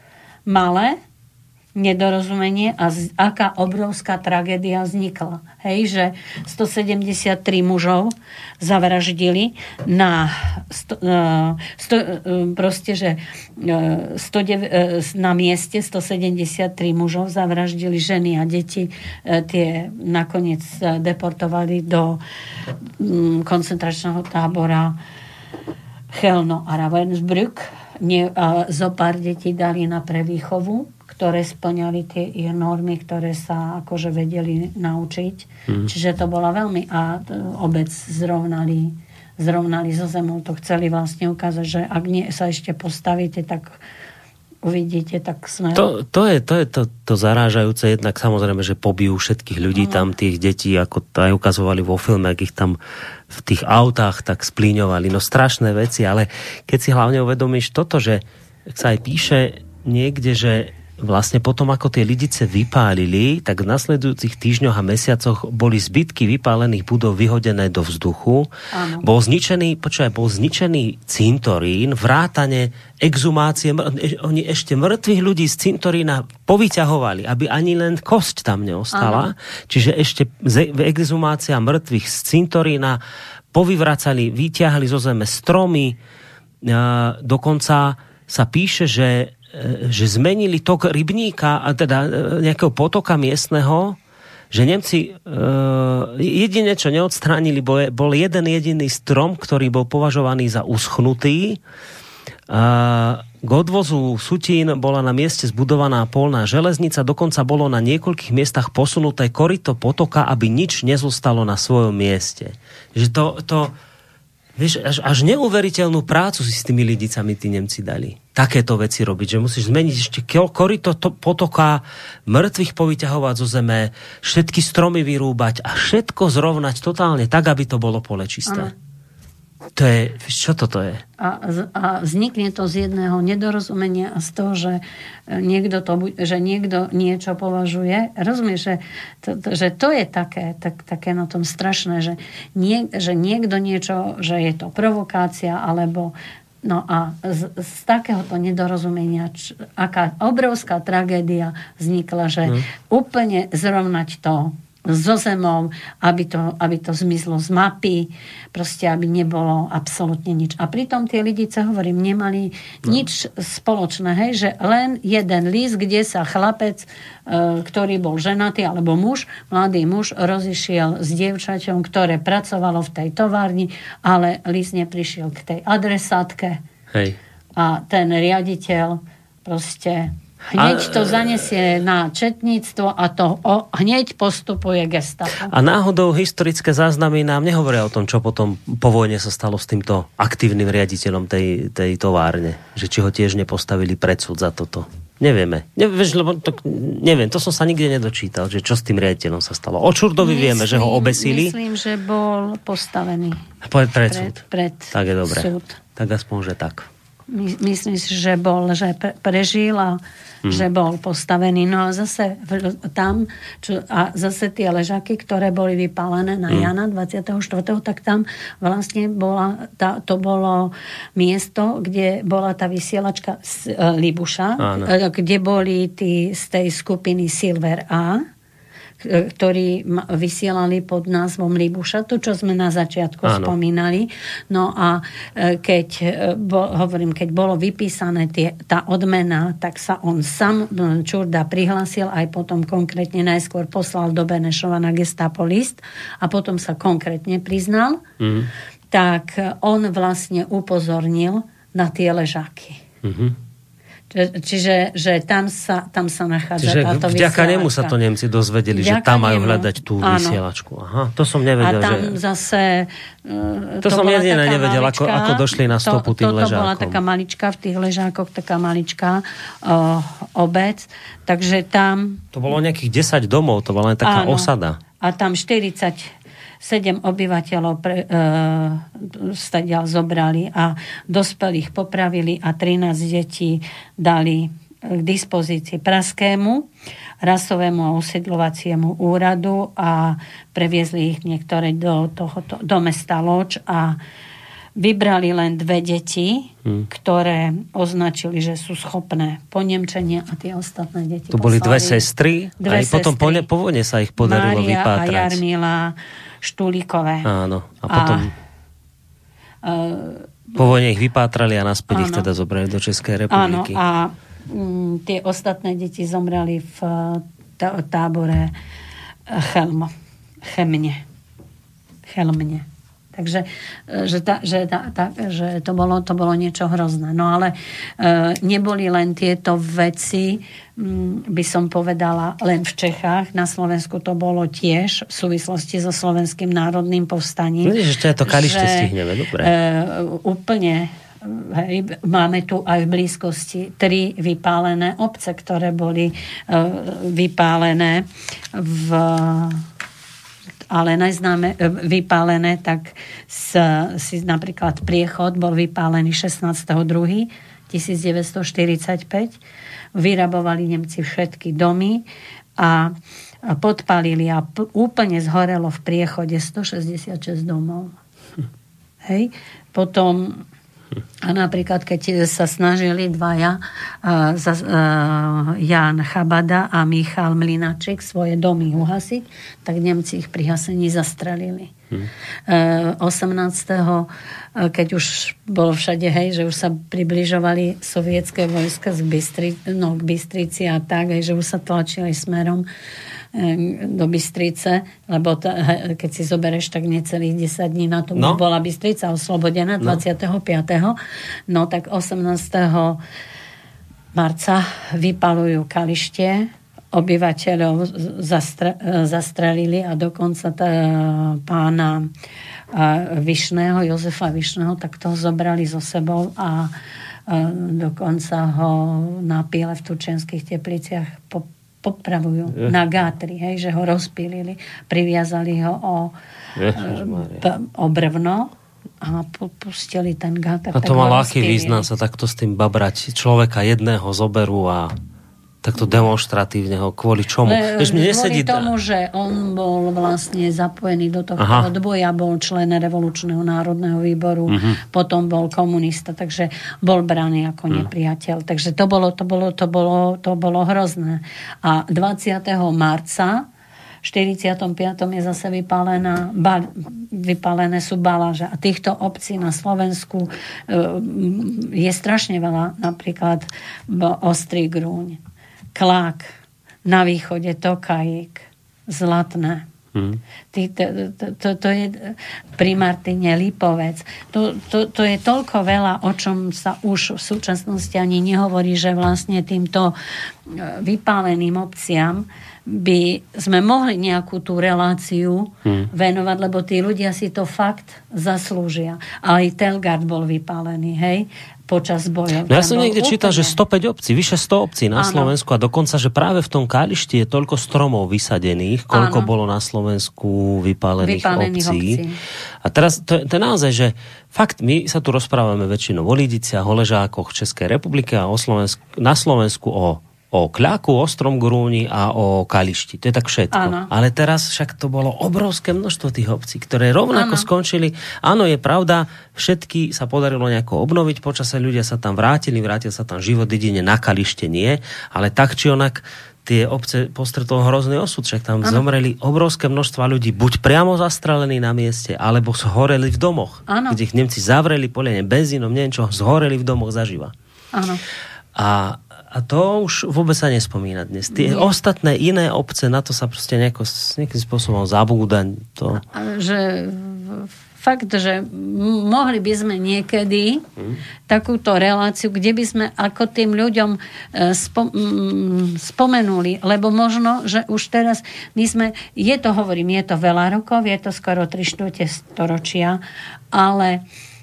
malé nedorozumenie a z, aká obrovská tragédia vznikla. Hej, že stosedemdesiattri mužov zavraždili na sto, sto, proste, že sto deväť, na mieste stosedemdesiattri mužov zavraždili ženy a deti. Tie nakoniec deportovali do koncentračného tábora Chelno a Ravensbrück. Nie, a zo pár detí dali na prevýchovu, ktoré splňali tie normy, ktoré sa akože vedeli naučiť. Mm. Čiže to bola veľmi... A obec zrovnali, zrovnali so zemou. To chceli vlastne ukázať, že ak nie sa ešte postavíte, tak uvidíte, tak sme... To, to je, to, je to, to zarážajúce. Jednak samozrejme, že pobijú všetkých ľudí, mm. tam tých detí, ako to aj ukazovali vo filme, ak ich tam v tých autách tak splíňovali. No strašné veci, ale keď si hlavne uvedomíš toto, že sa aj píše niekde, že vlastne potom, ako tie Lidice vypálili, tak v nasledujúcich týždňoch a mesiacoch boli zbytky vypálených budov vyhodené do vzduchu. Áno. Bol zničený, počúvaj, bol zničený cintorín, vrátane exhumácie, oni ešte mŕtvych ľudí z cintorína povyťahovali, aby ani len kosť tam neostala. Áno. Čiže ešte exhumácia mŕtvych z cintorína povyvracali, vyťahli zo zeme stromy, dokonca sa píše, že že zmenili tok rybníka, a teda nejakého potoka miestneho, že Nemci e, jedine, čo neodstránili, bol, bol jeden jediný strom, ktorý bol považovaný za uschnutý K odvozu sutín bola na mieste zbudovaná polná železnica, dokonca bolo na niekoľkých miestach posunuté koryto potoka, aby nič nezostalo na svojom mieste. Že to, to vieš, až, až neuveriteľnú prácu si s tými lidicami tí Nemci dali. Takéto veci robiť, že musíš zmeniť ešte koryto potoka, mŕtvych povyťahovať zo zeme, všetky stromy vyrúbať a všetko zrovnať totálne tak, aby to bolo pole čisté. Ano. To je, čo toto je? A, a vznikne to z jedného nedorozumenia a z toho, že niekto, to, že niekto niečo považuje. Rozumieš, že to, to, že to je také, tak, také na tom strašné, že, nie, že niekto niečo, že je to provokácia, alebo no a z, z takéhoto nedorozumenia, č, aká obrovská tragédia vznikla, že hmm. úplne zrovnať to so zemou, aby to, aby to zmizlo z mapy, proste aby nebolo absolútne nič. A pritom tie lidice, hovorím, nemali no. nič spoločné, hej, že len jeden list, kde sa chlapec, e, ktorý bol ženatý, alebo muž, mladý muž, rozišiel s dievčaťom, ktoré pracovalo v tej továrni, ale list neprišiel k tej adresátke. Hej. A ten riaditeľ proste hneď to zanesie na četníctvo a to o, hneď postupuje gestapo. A náhodou historické záznamy nám nehovoria o tom, čo potom po vojne sa stalo s týmto aktívnym riaditeľom tej, tej továrne. Že či ho tiež nepostavili pred súd za toto. Nevieme. Ne, vieš, lebo to, neviem, to som sa nikde nedočítal, že čo s tým riaditeľom sa stalo. O Čurdovi myslím, vieme, že ho obesili. Myslím, že bol postavený pred, pred súd. Pred, pred tak je dobre. Súd. Tak aspoň, že tak. My, myslím si, že bol, že pre, prežil a hmm. že bol postavený. No a zase tam, čo, a zase tie ležaky, ktoré boli vypálené na hmm. Jana dvadsiateho štvrtého tak tam vlastne bola, tá, to bolo miesto, kde bola tá vysielačka z e, Libuša, e, kde boli tí z tej skupiny Silver A, ktorí vysielali pod názvom Libuša, to, čo sme na začiatku Áno. spomínali. No a keď, bo, hovorím, keď bolo vypísané tie, tá odmena, tak sa on sám, Čurda, prihlásil, aj potom konkrétne najskôr poslal do Benešova na Gestapo list a potom sa konkrétne priznal, mm. tak on vlastne upozornil na tie ležáky. Mhm. Čiže že tam sa, tam sa nachádza Čiže táto vysielačka. Vďaka nemu sa to Nemci dozvedeli, vďaka že tam majú nemu. Hľadať tú Áno. vysielačku. Aha, to som nevedel. A tam že... zase... To, to som jediné nevedel, malička, ako, ako došli na stopu to, tým ležákom. To bola taká malička, v tých ležákoch taká maličká uh, obec. Takže tam... To bolo nejakých desať domov, to bola len taká Áno. osada. A tam štyridsať sedem obyvateľov pre, e, stadiaľ zobrali a dospelých popravili a trinásť detí dali k dispozícii Pražskému rasovému a usidľovaciemu úradu a previezli ich niektoré do, tohoto, do mesta Lodž a vybrali len dve deti, hmm. ktoré označili, že sú schopné ponemčenia a tie ostatné deti tu boli dve sestry dve a aj potom po, po vojne sa ich podarilo Mária vypátrať. Mária a Jarmila Štulíkové. Áno. A potom a, uh, po vojne ich vypátrali a naspäť áno. ich teda zobrali do Českej republiky. Áno. A um, tie ostatné deti zomrali v tá, tábore Chelm. Chemne. Chelmne. Takže že, ta, že, ta, ta, že to, bolo, to bolo niečo hrozné. No ale e, neboli len tieto veci, m, by som povedala, len v Čechách. Na Slovensku to bolo tiež v súvislosti so Slovenským národným povstaním. No, ešte to Kalište stihneme, dobre. E, úplne hej, máme tu aj v blízkosti tri vypálené obce, ktoré boli e, vypálené v... ale najznáme, vypálené, tak s, si napríklad Priechod bol vypálený šestnásteho druhého tisícdeväťstoštyridsaťpäť. Vyrabovali Nemci všetky domy a podpalili a p- úplne zhorelo v Priechode stošesťdesiatšesť domov. Hm. Hej. Potom a napríklad, keď sa snažili dvaja, uh, uh, Ján Chabada a Michal Mlinaček, svoje domy uhasiť, tak Nemci ich pri hasení zastrelili. Hmm. osemnásteho keď už bolo všade, hej, že už sa približovali sovietské vojska z Bystri, no, k Bystrici a tak, hej, že už sa tlačili smerom do Bystrice, lebo to, keď si zoberieš, tak necelých desať dní na to no. bola Bystrica oslobodená dvadsiateho piateho No tak osemnásteho marca vypalujú Kalište, obyvateľov zastre, zastrelili a dokonca tá, pána Vyšného, Jozefa Vyšného, tak toho zobrali so sebou a, a dokonca ho na Píle v Turčianskych Tepliciach po, popravujú je. na gátri, hej, že ho rozpílili, priviazali ho o, p, o brvno a pustili ten gát. A to malo aký význam sa takto s tým babrať? Človeka jedného zoberú a takto demonstratívne ho, kvôli čomu? Le, kvôli nesedí... tomu, že on bol vlastne zapojený do toho Aha. odboja, bol člen Revolučného národného výboru, uh-huh. potom bol komunista, takže bol braný ako uh-huh. nepriateľ. Takže to bolo, to bolo, to bolo, to bolo hrozné. A dvadsiateho marca štyridsiatom piatom je zase vypálená, bal, vypálené sú baláže. A týchto obcí na Slovensku je strašne veľa, napríklad Ostrý Grúň, Klák, na východe Tokajík, Zlatné. Hmm. Ty, to, to, to je pri Martine Lipovec. To, to, to je toľko veľa, o čom sa už v súčasnosti ani nehovorí, že vlastne týmto vypáleným obciam by sme mohli nejakú tú reláciu hmm. venovať, lebo tí ľudia si to fakt zaslúžia. Ale aj Telgard bol vypálený, hej? Počas bojov. No ja som niekde čítal, že stopäť obcí, vyše sto obcí na Áno. Slovensku a dokonca, že práve v tom Kališti je toľko stromov vysadených, koľko Áno. bolo na Slovensku vypálených, vypálených obcí. obcí. A teraz to, to je naozaj, že fakt my sa tu rozprávame väčšinou o Lidiciach, o Ležákoch Českej republiky a o Slovensku, na Slovensku o o Kľaku, o Ostrom Grúni a o Kališti. To je tak všetko. Áno. Ale teraz však to bolo obrovské množstvo tých obcí, ktoré rovnako Áno. skončili. Áno, je pravda, všetky sa podarilo nejako obnoviť, počase ľudia sa tam vrátili, vrátil sa tam život, jedine na Kalište nie, ale tak či onak tie obce postretol hrozný osud, však tam ano. zomreli obrovské množstva ľudí, buď priamo zastrelení na mieste, alebo zhoreli v domoch. Ano. Kde ich Nemci zavreli, poliene benzínom, neviem čo, zhoreli v domoch zaživa. Áno. A A to už vôbec sa nespomína dnes. Tie Nie. ostatné iné obce, na to sa proste nejako, nejakým spôsobom zabúda. To... Že fakt, že mohli by sme niekedy hmm. takúto reláciu, kde by sme ako tým ľuďom spo, spomenuli, lebo možno, že už teraz my sme, je to, hovorím, je to veľa rokov, je to skoro tri štvrte storočia, ale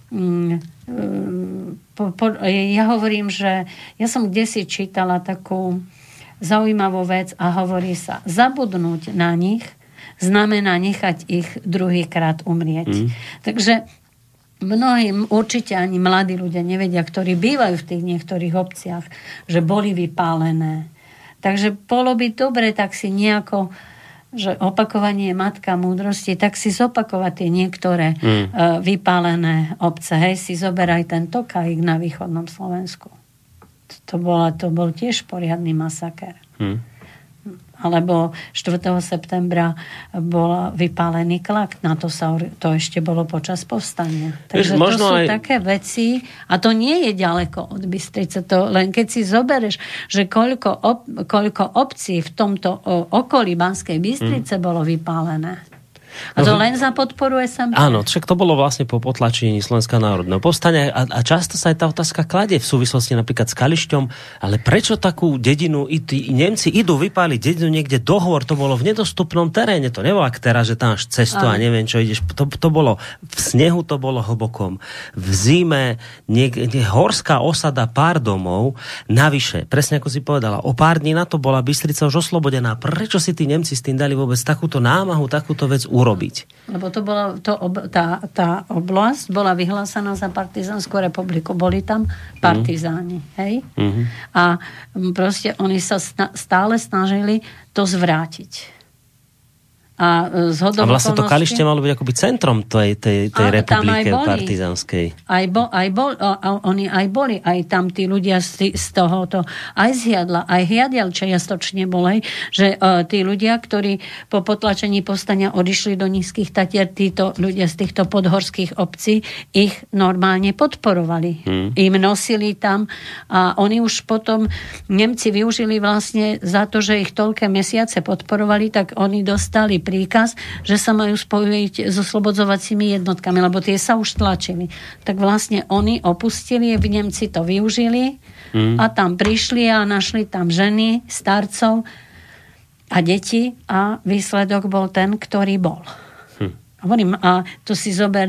Po, po, ja hovorím, že ja som kdesi čítala takú zaujímavú vec a hovorí sa, zabudnúť na nich znamená nechať ich druhýkrát umrieť. Mm. Takže mnohí, určite ani mladí ľudia nevedia, ktorí bývajú v tých niektorých obciach, že boli vypálené. Takže bolo by dobre tak si nejako, že opakovanie je matka múdrosti, tak si zopakovať tie niektoré mm. uh, vypálené obce. Hej, si zoberaj ten Tokajík na východnom Slovensku. To, bola, to bol tiež poriadny masaker. Mm. Alebo štvrtého septembra bol vypálený Klak. Na to sa to ešte bolo počas povstania. Takže to sú aj... také veci a to nie je ďaleko od Bystrice. To len keď si zobereš, že koľko, ob, koľko obcí v tomto okolí Banskej Bystrice mm. bolo vypálené. A to no, len za podporu es em pé. Áno, však to bolo vlastne po potlačení Slovenského národného povstania a, a často sa aj tá otázka kladie v súvislosti napríklad s Kališťom, ale prečo takú dedinu, i tí Nemci idú vypáliť dedinu niekde do hôr, to bolo v nedostupnom teréne, to nebolo ak teraz, že tam až cestu a neviem čo ideš, to, to bolo v snehu, to bolo hlbokom, v zime, niekde horská osada, pár domov, navyše, presne ako si povedala, o pár dní na to bola Bystrica už oslobodená, prečo si tí Nemci s tým dali vôbec takúto námahu, takúto vec urobiť? Lebo to bola, to ob, tá, tá oblasť bola vyhlásená za partizánskú republiku. Boli tam partizáni. Mm. Hej? Mm-hmm. A proste oni sa stále snažili to zvrátiť. A zhodom A vlastne to okolností- Kalište malo byť akoby centrom tej, tej, tej A tam aj republike boli. partizánskej. Aj, bo, aj bol, a, a oni aj boli, aj tam tí ľudia z, z tohoto, aj z Hiadla, aj Hiadiel čiastočne bol, hej, že uh, tí ľudia, ktorí po potlačení povstania odišli do Nízkych Tatier, títo ľudia z týchto podhorských obcí, ich normálne podporovali. Hmm. Im nosili tam a oni už potom, Nemci využili vlastne za to, že ich toľké mesiace podporovali, tak oni dostali príkaz, že sa majú spojiť so slobodzovacími jednotkami, lebo tie sa už tlačili. Tak vlastne oni opustili, v Nemci to využili mm. a tam prišli a našli tam ženy, starcov a deti a výsledok bol ten, ktorý bol. Hm. Hovorím, a tu si zober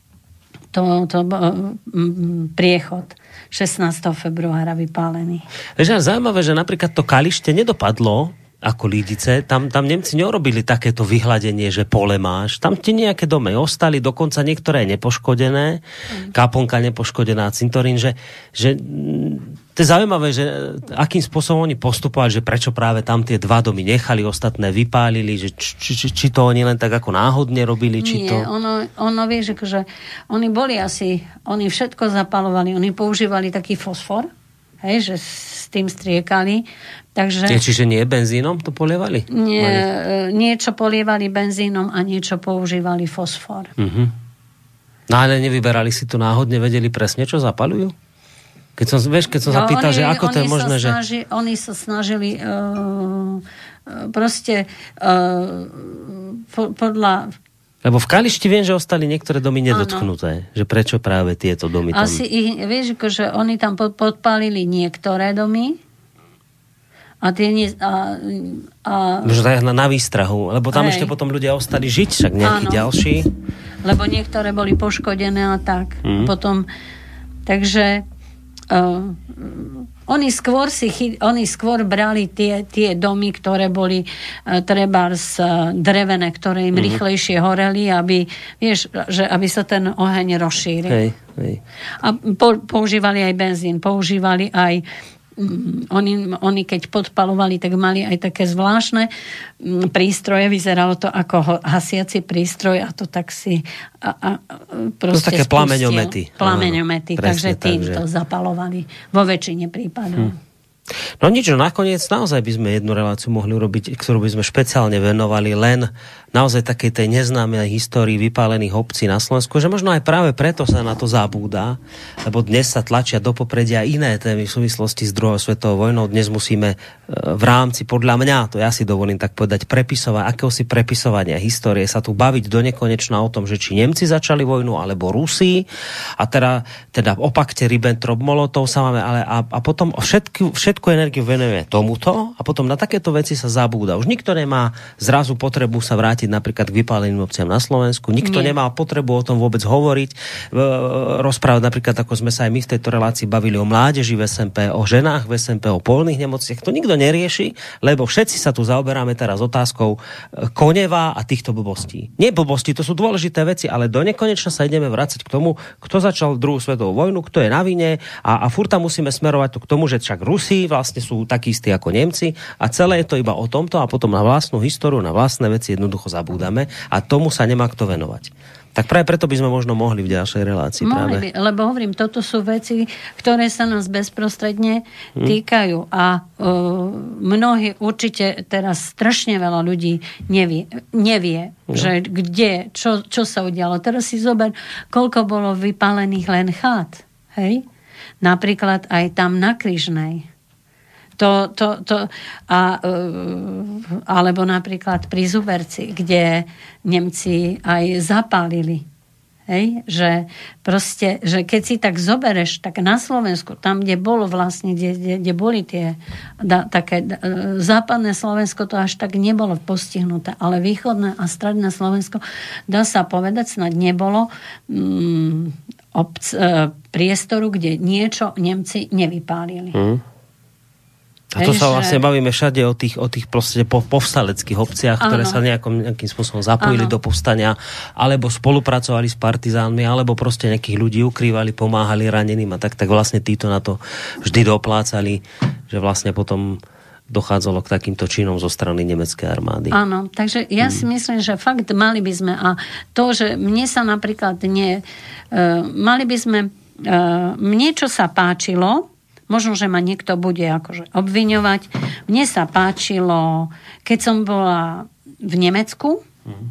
to, to m, priechod šestnásteho februára vypálený. Vieš, zaujímavé, že napríklad to Kalište nedopadlo ako Lídice, tam, tam Nemci neurobili takéto vyhľadenie, že pole máš. Tam ti nejaké domy ostali, dokonca niektoré nepoškodené, mm. Káponka nepoškodená, cintorín, že, že to je zaujímavé, že akým spôsobom oni postupovali, že prečo práve tam tie dva domy nechali, ostatné vypálili, že či, či, či to oni len tak ako náhodne robili, či Nie, to... ono, ono vieš, že oni boli asi, oni všetko zapalovali, oni používali taký fosfor, hej, že s tým striekali. Takže, Je, čiže nie benzínom to polievali? Nie, niečo polievali benzínom a niečo používali fosfor. Uh-huh. No ale nevyberali si to náhodne, vedeli presne, čo zapalujú? Keď som, vieš, keď som no, sa pýtal, oni, že ako to je možné, že... Snaži, oni sa snažili uh, proste uh, po, podľa... Lebo v Kališti viem, že ostali niektoré domy nedotknuté. Ano. Že prečo práve tieto domy tam... Asi ich, vieš, že oni tam podpálili niektoré domy a tie nie... A, a... Možno tak na, na výstrahu, lebo tam Hej. ešte potom ľudia ostali žiť, však nejaký ano. ďalší. Lebo niektoré boli poškodené a tak. Mm. Potom, takže uh, oni skôr si chy, oni skôr brali tie, tie domy, ktoré boli uh, trebárs uh, drevené, ktoré im mm. rýchlejšie horeli, aby, vieš, že aby sa ten oheň rozšíril. Hej, hej. A po, používali aj benzín, používali aj Oni, oni keď podpalovali, tak mali aj také zvláštne prístroje, vyzeralo to ako hasiaci prístroj a to tak si a, a, proste to také plameňomety. Plameňomety, takže tým takže... to zapalovali vo väčšine prípadov. Hm. No nič, no nakoniec naozaj by sme jednu reláciu mohli urobiť, ktorú by sme špeciálne venovali len naozaj takej tej neznámej histórii vypálených obcí na Slovensku, že možno aj práve preto sa na to zabúda, lebo dnes sa tlačia do popredia iné témy v súvislosti s druhou svetovou vojnou. Dnes musíme v rámci, podľa mňa, to ja si dovolím tak povedať, prepisovať, akéhosi prepisovania histórie, sa tu baviť do nekonečna o tom, že či Nemci začali vojnu, alebo Rusi, a teda, teda o pakte Ribbentrop-Molotov sa máme, ale a, a potom všetky, všetku energiu venujeme tomuto a potom na takéto veci sa zabúda. Už nikto nemá zrazu potrebu sa vrátiť napríklad k vypáleným obciam na Slovensku. Nikto Nie. nemá potrebu o tom vôbec hovoriť, rozprávať napríklad, ako sme sa aj my v tejto relácii bavili o mládeži v es em pé, o ženách v es em pé, o polných nemociach. To nikto nerieši, lebo všetci sa tu zaoberáme teraz otázkou Koneva a týchto blbostí. Nie blbosti, to sú dôležité veci, ale do nekonečna sa ideme vrácať k tomu, kto začal druhú svetovú vojnu, kto je na vine a, a furt tam musíme smerovať to k tomu, že však Rusi vlastne sú takí istí ako Nemci a celé je to iba o tomto a potom na vlastnú históriu, na vlastné veci jednoducho zabúdame a tomu sa nemá kto venovať. Tak práve preto by sme možno mohli v ďalšej relácii. Mohli by, lebo hovorím, toto sú veci, ktoré sa nás bezprostredne hmm. týkajú a uh, mnohí určite teraz strašne veľa ľudí nevie, nevie no. že kde, čo, čo sa udialo. Teraz si zober, koľko bolo vypálených len chát. Hej? Napríklad aj tam na Kryžnej. To, to, to, a, alebo napríklad pri Zuberci, kde Nemci aj zapálili. Hej? Že proste, že keď si tak zobereš, tak na Slovensku, tam, kde bolo vlastne, kde, kde, kde boli tie da, také da, západné Slovensko, to až tak nebolo postihnuté, ale východné a stredné Slovensko, dá sa povedať, snad nebolo mm, obc, e, priestoru, kde niečo Nemci nevypálili. Hmm. A to sa vlastne bavíme všade o tých, o tých proste povstaleckých obciach, ktoré ano. sa nejakom, nejakým spôsobom zapojili ano. do povstania, alebo spolupracovali s partizánmi, alebo proste nejakých ľudí ukrývali, pomáhali raneným a tak, tak vlastne títo na to vždy doplácali, že vlastne potom dochádzalo k takýmto činom zo strany nemeckej armády. Áno, takže ja si myslím, že fakt mali by sme, a to, že mne sa napríklad nie, uh, mali by sme, uh, mne čo sa páčilo, možno, že ma niekto bude akože obviňovať, mne sa páčilo, keď som bola v Nemecku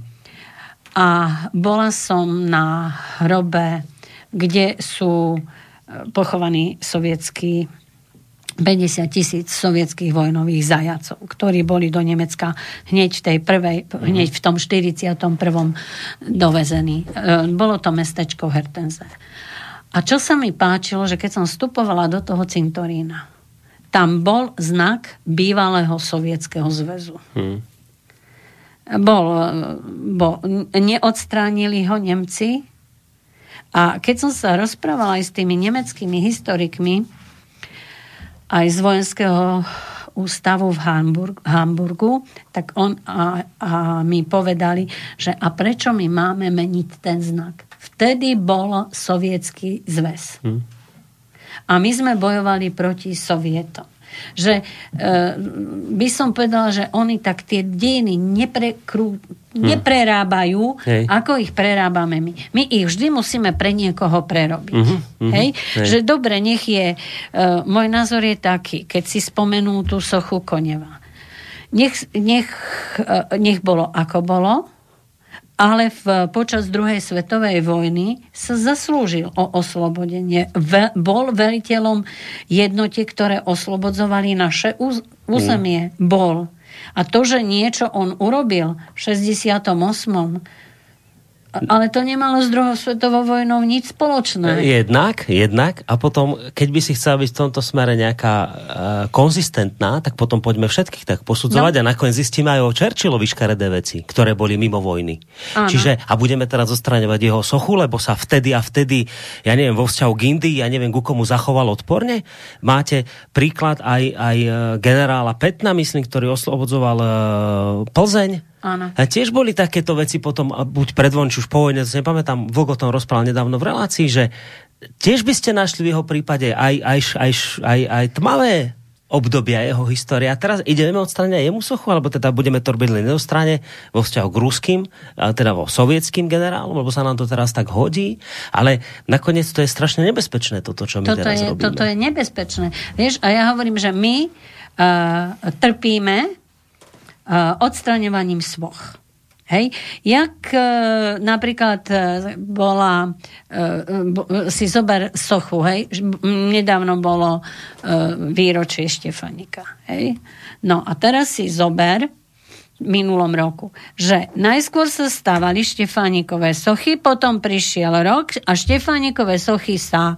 a bola som na hrobe, kde sú pochovaní sovietskí päťdesiat tisíc sovietských vojnových zajacov, ktorí boli do Nemecka hneď v tej prvej, hneď v tom štyridsiatom prvom dovezení. Bolo to mestečko Hertense. A čo sa mi páčilo, že keď som vstupovala do toho cintorína, tam bol znak bývalého Sovietskeho zväzu. Hmm. Bol, bol, neodstránili ho Nemci. A keď som sa rozprávala aj s tými nemeckými historikmi, aj z vojenského ústavu v Hamburg, Hamburgu, tak on a, a mi povedali, že a prečo my máme meniť ten znak? Vtedy bol Sovietsky zväz. Hmm. A my sme bojovali proti Sovietom. Že e, by som povedala, že oni tak tie dejiny neprekrú, hmm. neprerábajú, hej. Ako ich prerábame my. My ich vždy musíme pre niekoho prerobiť. Mm-hmm. Hej? Hej. Že dobre, nech je, e, môj názor je taký, keď si spomenú tú sochu Koneva. Nech, nech, e, nech bolo ako bolo, ale v, počas druhej svetovej vojny sa zaslúžil o oslobodenie. Ve, bol veliteľom jednotie, ktoré oslobodzovali naše úz, územie. Mm. Bol. A to, že niečo on urobil v šesťdesiatom ôsmom ale to nemalo s druhou svetovou vojnou nič spoločné. Jednak, jednak. A potom, keď by si chcela byť v tomto smere nejaká uh, konzistentná, tak potom poďme všetkých tak posudzovať no. A nakoniec zistíme aj o Churchillovi škaredé veci, ktoré boli mimo vojny. Áno. Čiže, a budeme teraz odstraňovať jeho sochu, lebo sa vtedy a vtedy, ja neviem, vo vzťahu k Indii, ja neviem, ku komu zachoval odporne. Máte príklad aj, aj generála Petna, myslím, ktorý oslobodzoval uh, Plzeň. Áno. A tiež boli takéto veci potom, buď pred vojnou, či už po vojne, nepamätám, Vlk o tom rozprával nedávno v relácii, že tiež by ste našli v jeho prípade aj, aj, aj, aj, aj tmavé obdobia jeho histórie. A teraz ideme odstrániť jemu sochu, alebo teda budeme to robiť len na strane vo vzťahu k ruským, teda vo sovietským generálom, lebo sa nám to teraz tak hodí, ale nakoniec to je strašne nebezpečné, toto, čo my toto teraz je, robíme. Toto je nebezpečné. Vieš, a ja hovorím, že my uh, trpíme odstraňovaním svoch. Hej? Jak e, napríklad e, bola e, bo, si zober sochu, hej? Nedávno bolo e, výročie Štefánika. Hej? No a teraz si zober v minulom roku, že najskôr sa stávali Štefánikové sochy, potom prišiel rok a Štefánikové sochy sa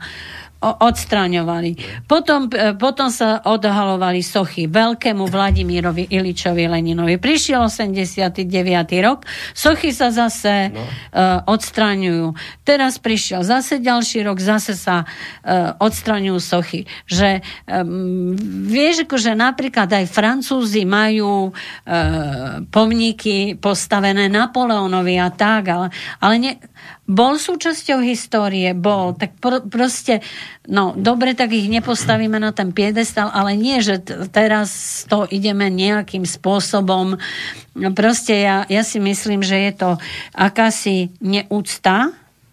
odstraňovali. Potom, potom sa odhalovali sochy veľkému Vladimírovi Iličovi Leninovi. Prišiel osemdesiaty deviaty rok, sochy sa zase no. uh, odstraňujú. Teraz prišiel zase ďalší rok, zase sa uh, odstraňujú sochy. Že um, vieš, že napríklad aj Francúzi majú uh, pomníky postavené Napoleónovi a tak, ale, ale ne, bol súčasťou histórie, bol, tak pr- proste, no, dobre, tak ich nepostavíme na ten piedestal, ale nie, že t- teraz to ideme nejakým spôsobom. Proste ja, ja si myslím, že je to akási neúcta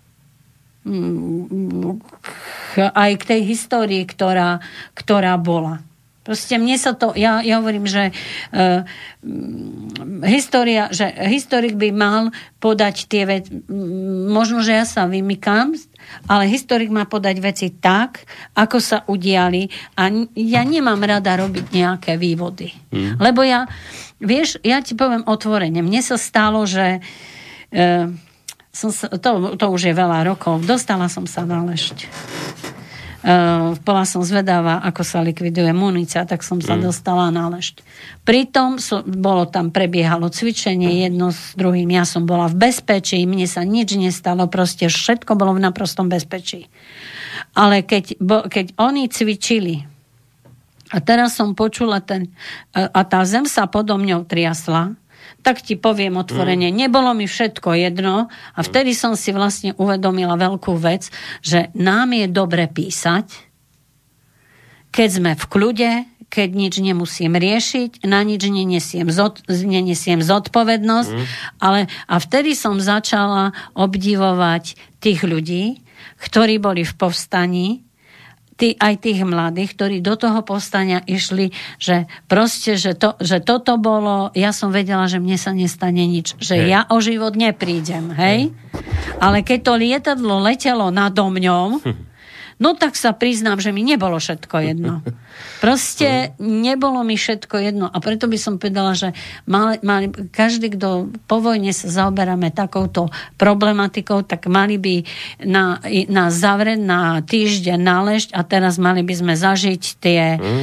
aj k tej histórii, ktorá, ktorá bola. Proste mne sa to, ja, ja hovorím, že uh, história, že historik by mal podať tie veci, možno, že ja sa vymykám, ale historik má podať veci tak, ako sa udiali a ja nemám rada robiť nejaké vývody. Mm. Lebo ja, vieš, ja ti poviem otvorene, mne sa stalo, že uh, som sa, to, to už je veľa rokov, dostala som sa na lešť. Uh, bola som zvedavá, ako sa likviduje munícia, tak som sa mm. dostala na lešť. Pritom so, bolo tam, prebiehalo cvičenie jedno s druhým, ja som bola v bezpečí, mne sa nič nestalo, proste všetko bolo v naprostom bezpečí. Ale keď, bo, keď oni cvičili a teraz som počula ten, a, a tá zem sa podo mňou triasla, tak ti poviem otvorene, mm. nebolo mi všetko jedno a vtedy som si vlastne uvedomila veľkú vec, že nám je dobre písať, keď sme v kľude, keď nič nemusím riešiť, na nič nenesiem, zod, nenesiem zodpovednosť, mm. ale a vtedy som začala obdivovať tých ľudí, ktorí boli v povstaní, tí, aj tých mladých, ktorí do toho povstania išli, že proste, že, to, že toto bolo, ja som vedela, že mne sa nestane nič, že hej. ja o život neprídem, hej? Ale keď to lietadlo letelo nado mňom, no tak sa priznám, že mi nebolo všetko jedno. Proste nebolo mi všetko jedno a preto by som povedala, že mali, mali, každý, kto po vojne sa zaoberáme takouto problematikou, tak mali by na, na zavrieť na týždeň nálešť a teraz mali by sme zažiť tie mm. e,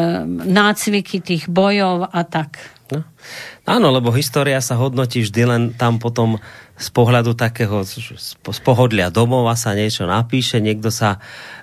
nácviky tých bojov a tak. No. Áno, lebo história sa hodnotí vždy len tam potom z pohľadu takého, z pohodlia domova sa niečo napíše, niekto sa,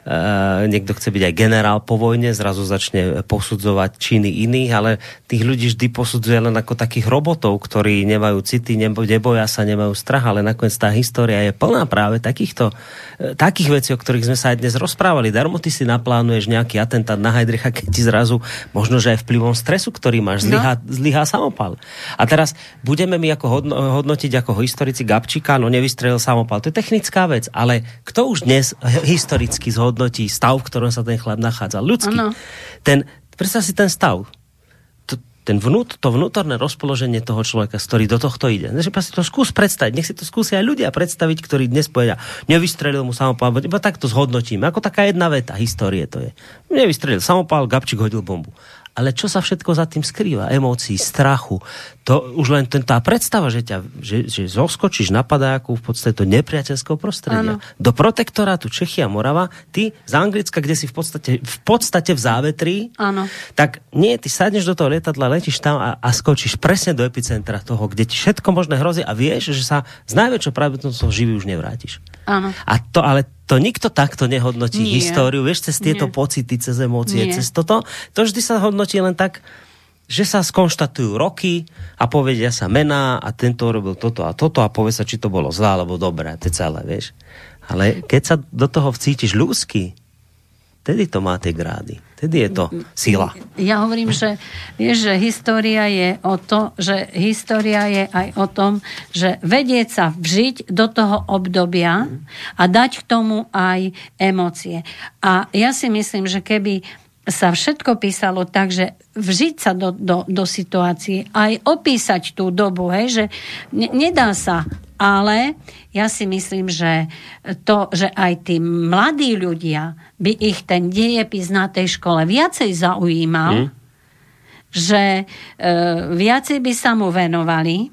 e, niekto chce byť aj generál po vojne, zrazu začne posudzovať činy iných, ale tých ľudí vždy posudzuje len ako takých robotov, ktorí nemajú city, neboja sa, nemajú strach, ale nakoniec tá história je plná práve takýchto, e, takých vecí, o ktorých sme sa aj dnes rozprávali. Darmo ty si naplánuješ nejaký atentát na Heidricha, keď ti zrazu, možno, že aj vplyvom stresu, ktorý máš, zlyhá, no. zlyhá samopal. A teraz budeme my ako hodno, hodnotiť ako historici Gabčíka, no nevystrelil samopal. To je technická vec, ale kto už dnes historicky zhodnotí stav, v ktorom sa ten chlap nachádza? Ľudský. Ano. Ten, predstav si ten stav. To, ten vnút, to vnútorné rozpoloženie toho človeka, ktorý do tohto ide. Nech si to skús predstaviť, nech si to skúsia aj ľudia predstaviť, ktorí dnes povedia, nevystrelil mu samopal, iba tak to zhodnotíme. Ako taká jedna veta histórie to je. Nevystrelil samopal, Gabčík hodil bombu. Ale čo sa všetko za tým skrýva? Emócií, strachu. To už len ten, tá predstava, že, ťa, že, že zoskočíš na padáku v podstate do nepriateľského prostredia. Ano. Do protektorátu Čechy a Morava, ty z Anglicka, kde si v podstate v, podstate v závetrí, ano. Tak nie, ty sadneš do toho lietadla, letíš tam a, a skočíš presne do epicentra toho, kde ti všetko možné hrozí a vieš, že sa z najväčšou pravdepodobnosťou živý už nevrátiš. Áno. A to, ale to nikto takto nehodnotí Nie. históriu, vieš, cez tieto Nie. pocity, cez emócie, Nie. cez toto. To vždy sa hodnotí len tak, že sa skonštatujú roky a povedia sa mená a tento robil toto a toto a povie sa, či to bolo zlé alebo dobré, to je celé, vieš. Ale keď sa do toho vcítiš ľudsky, tedy to má tie grády. Tedy je to sila. Ja hovorím, že, vieš, že história je o to, že história je aj o tom, že vedieť sa vžiť do toho obdobia a dať k tomu aj emócie. A ja si myslím, že keby sa všetko písalo tak, že vžiť sa do, do, do situácie, aj opísať tú dobu, hej, že ne, nedá sa. Ale ja si myslím, že to, že aj tí mladí ľudia by ich ten dejepis na tej škole viacej zaujímal, mm. že e, viacej by sa mu venovali.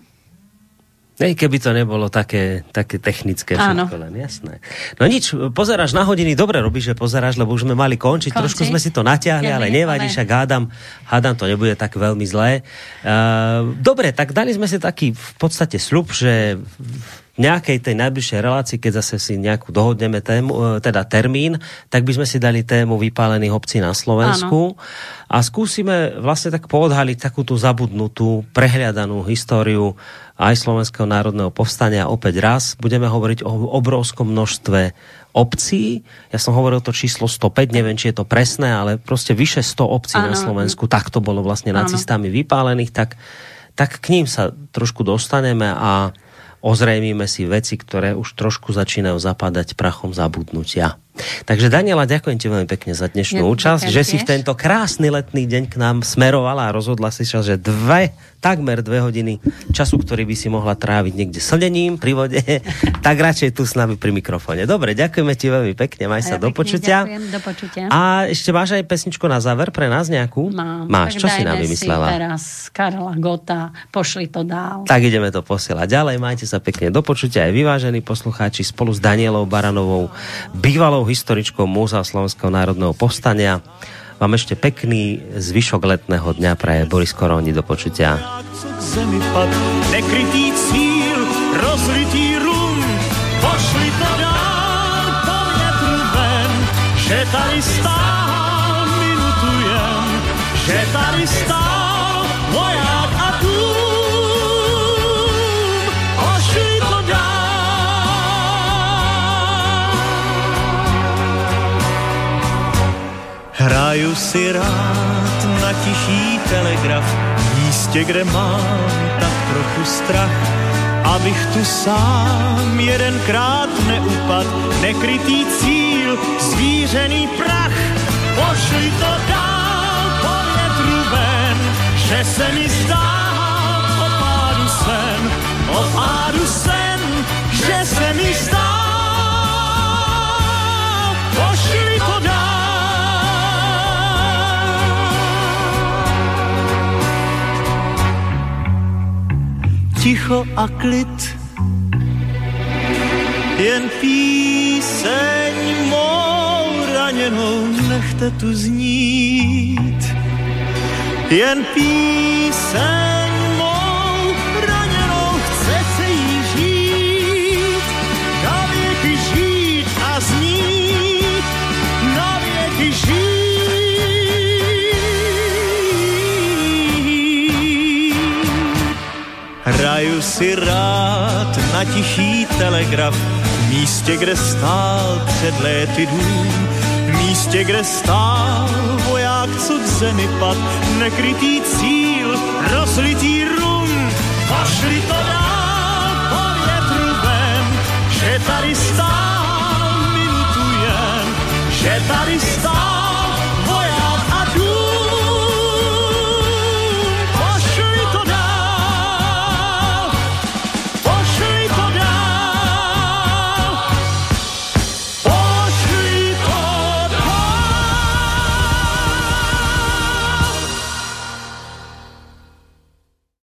Ej, keby to nebolo také, také technické všetko, len jasné. No nič, pozeráš na hodiny, dobre robíš, že pozeráš, lebo už sme mali končiť, Konči? trošku sme si to natiahli, ja ale nevadí, však hádam, hádam, to nebude tak veľmi zlé. Uh, dobre, tak dali sme si taký v podstate sľub, že v nejakej tej najbližšej relácii, keď zase si nejakú dohodneme tému, teda termín, tak by sme si dali tému vypálených obcí na Slovensku. Áno. A skúsime vlastne tak poodhaliť takú tú zabudnutú, prehliadanú históriu aj Slovenského národného povstania opäť raz. Budeme hovoriť o obrovskom množstve obcí. Ja som hovoril to číslo stopäť, neviem, či je to presné, ale proste vyše sto obcí ano. na Slovensku. Tak to bolo vlastne ano. nacistami vypálených. Tak, tak k ním sa trošku dostaneme a ozrejmíme si veci, ktoré už trošku začínajú zapadať prachom zabudnutia. Takže Daniela, ďakujem ti veľmi pekne za dnešnú ja, účasť, že si v tento krásny letný deň k nám smerovala a rozhodla si sa, že dve, takmer dve hodiny času, ktorý by si mohla tráviť niekde slnením pri vode, tak radšej tu s nami pri mikrofóne. Dobre, ďakujeme ti veľmi pekne, maj sa ja do počutia. Ďakujem, do počutia. A ešte máš aj pesničku na záver pre nás nejakú? Mám. Máš, čo si nám vymyslela? Si teraz Karla Gota, pošli to dál. Tak ideme to posielať ďalej, majte sa pekne do počutia aj vyvážení poslucháči spolu s Danielou Baranovou, bývalou historičkou Múzea Slovenského národného povstania. Vám ešte pekný zvyšok letného dňa praje Boris Koroni, do počutia. Nekrytý cíl, rozlitý rum, pošli to dál po větru ven, že tady stál, minutujem, že tady stál voják a tům, pošli to dál. Hraju si rád na na tichý telegraf v místě, kde mám tak trochu strach, abych tu sám jedenkrát neupad, nekrytý cíl, zvířený prach. Pošli to dál po větru ven, že se mi zdá o pádu sen, o pádu sen, že se mi zdá. Pošli to dál. Ticho a klid, jen píseň mou raněnou nechte tu znít. Jen píseň mou raněnou chce se jí žít, na věky žít a znít, na věky žít. Hraju si rád na tichý telegraf v místě, kde stál před léty dům, v místě, kde stál voják, co k zemi pad, nekrytý cíl, rozlitý rum. Pošli to dál po větru ven, že tady stál minutu jen, že tady stál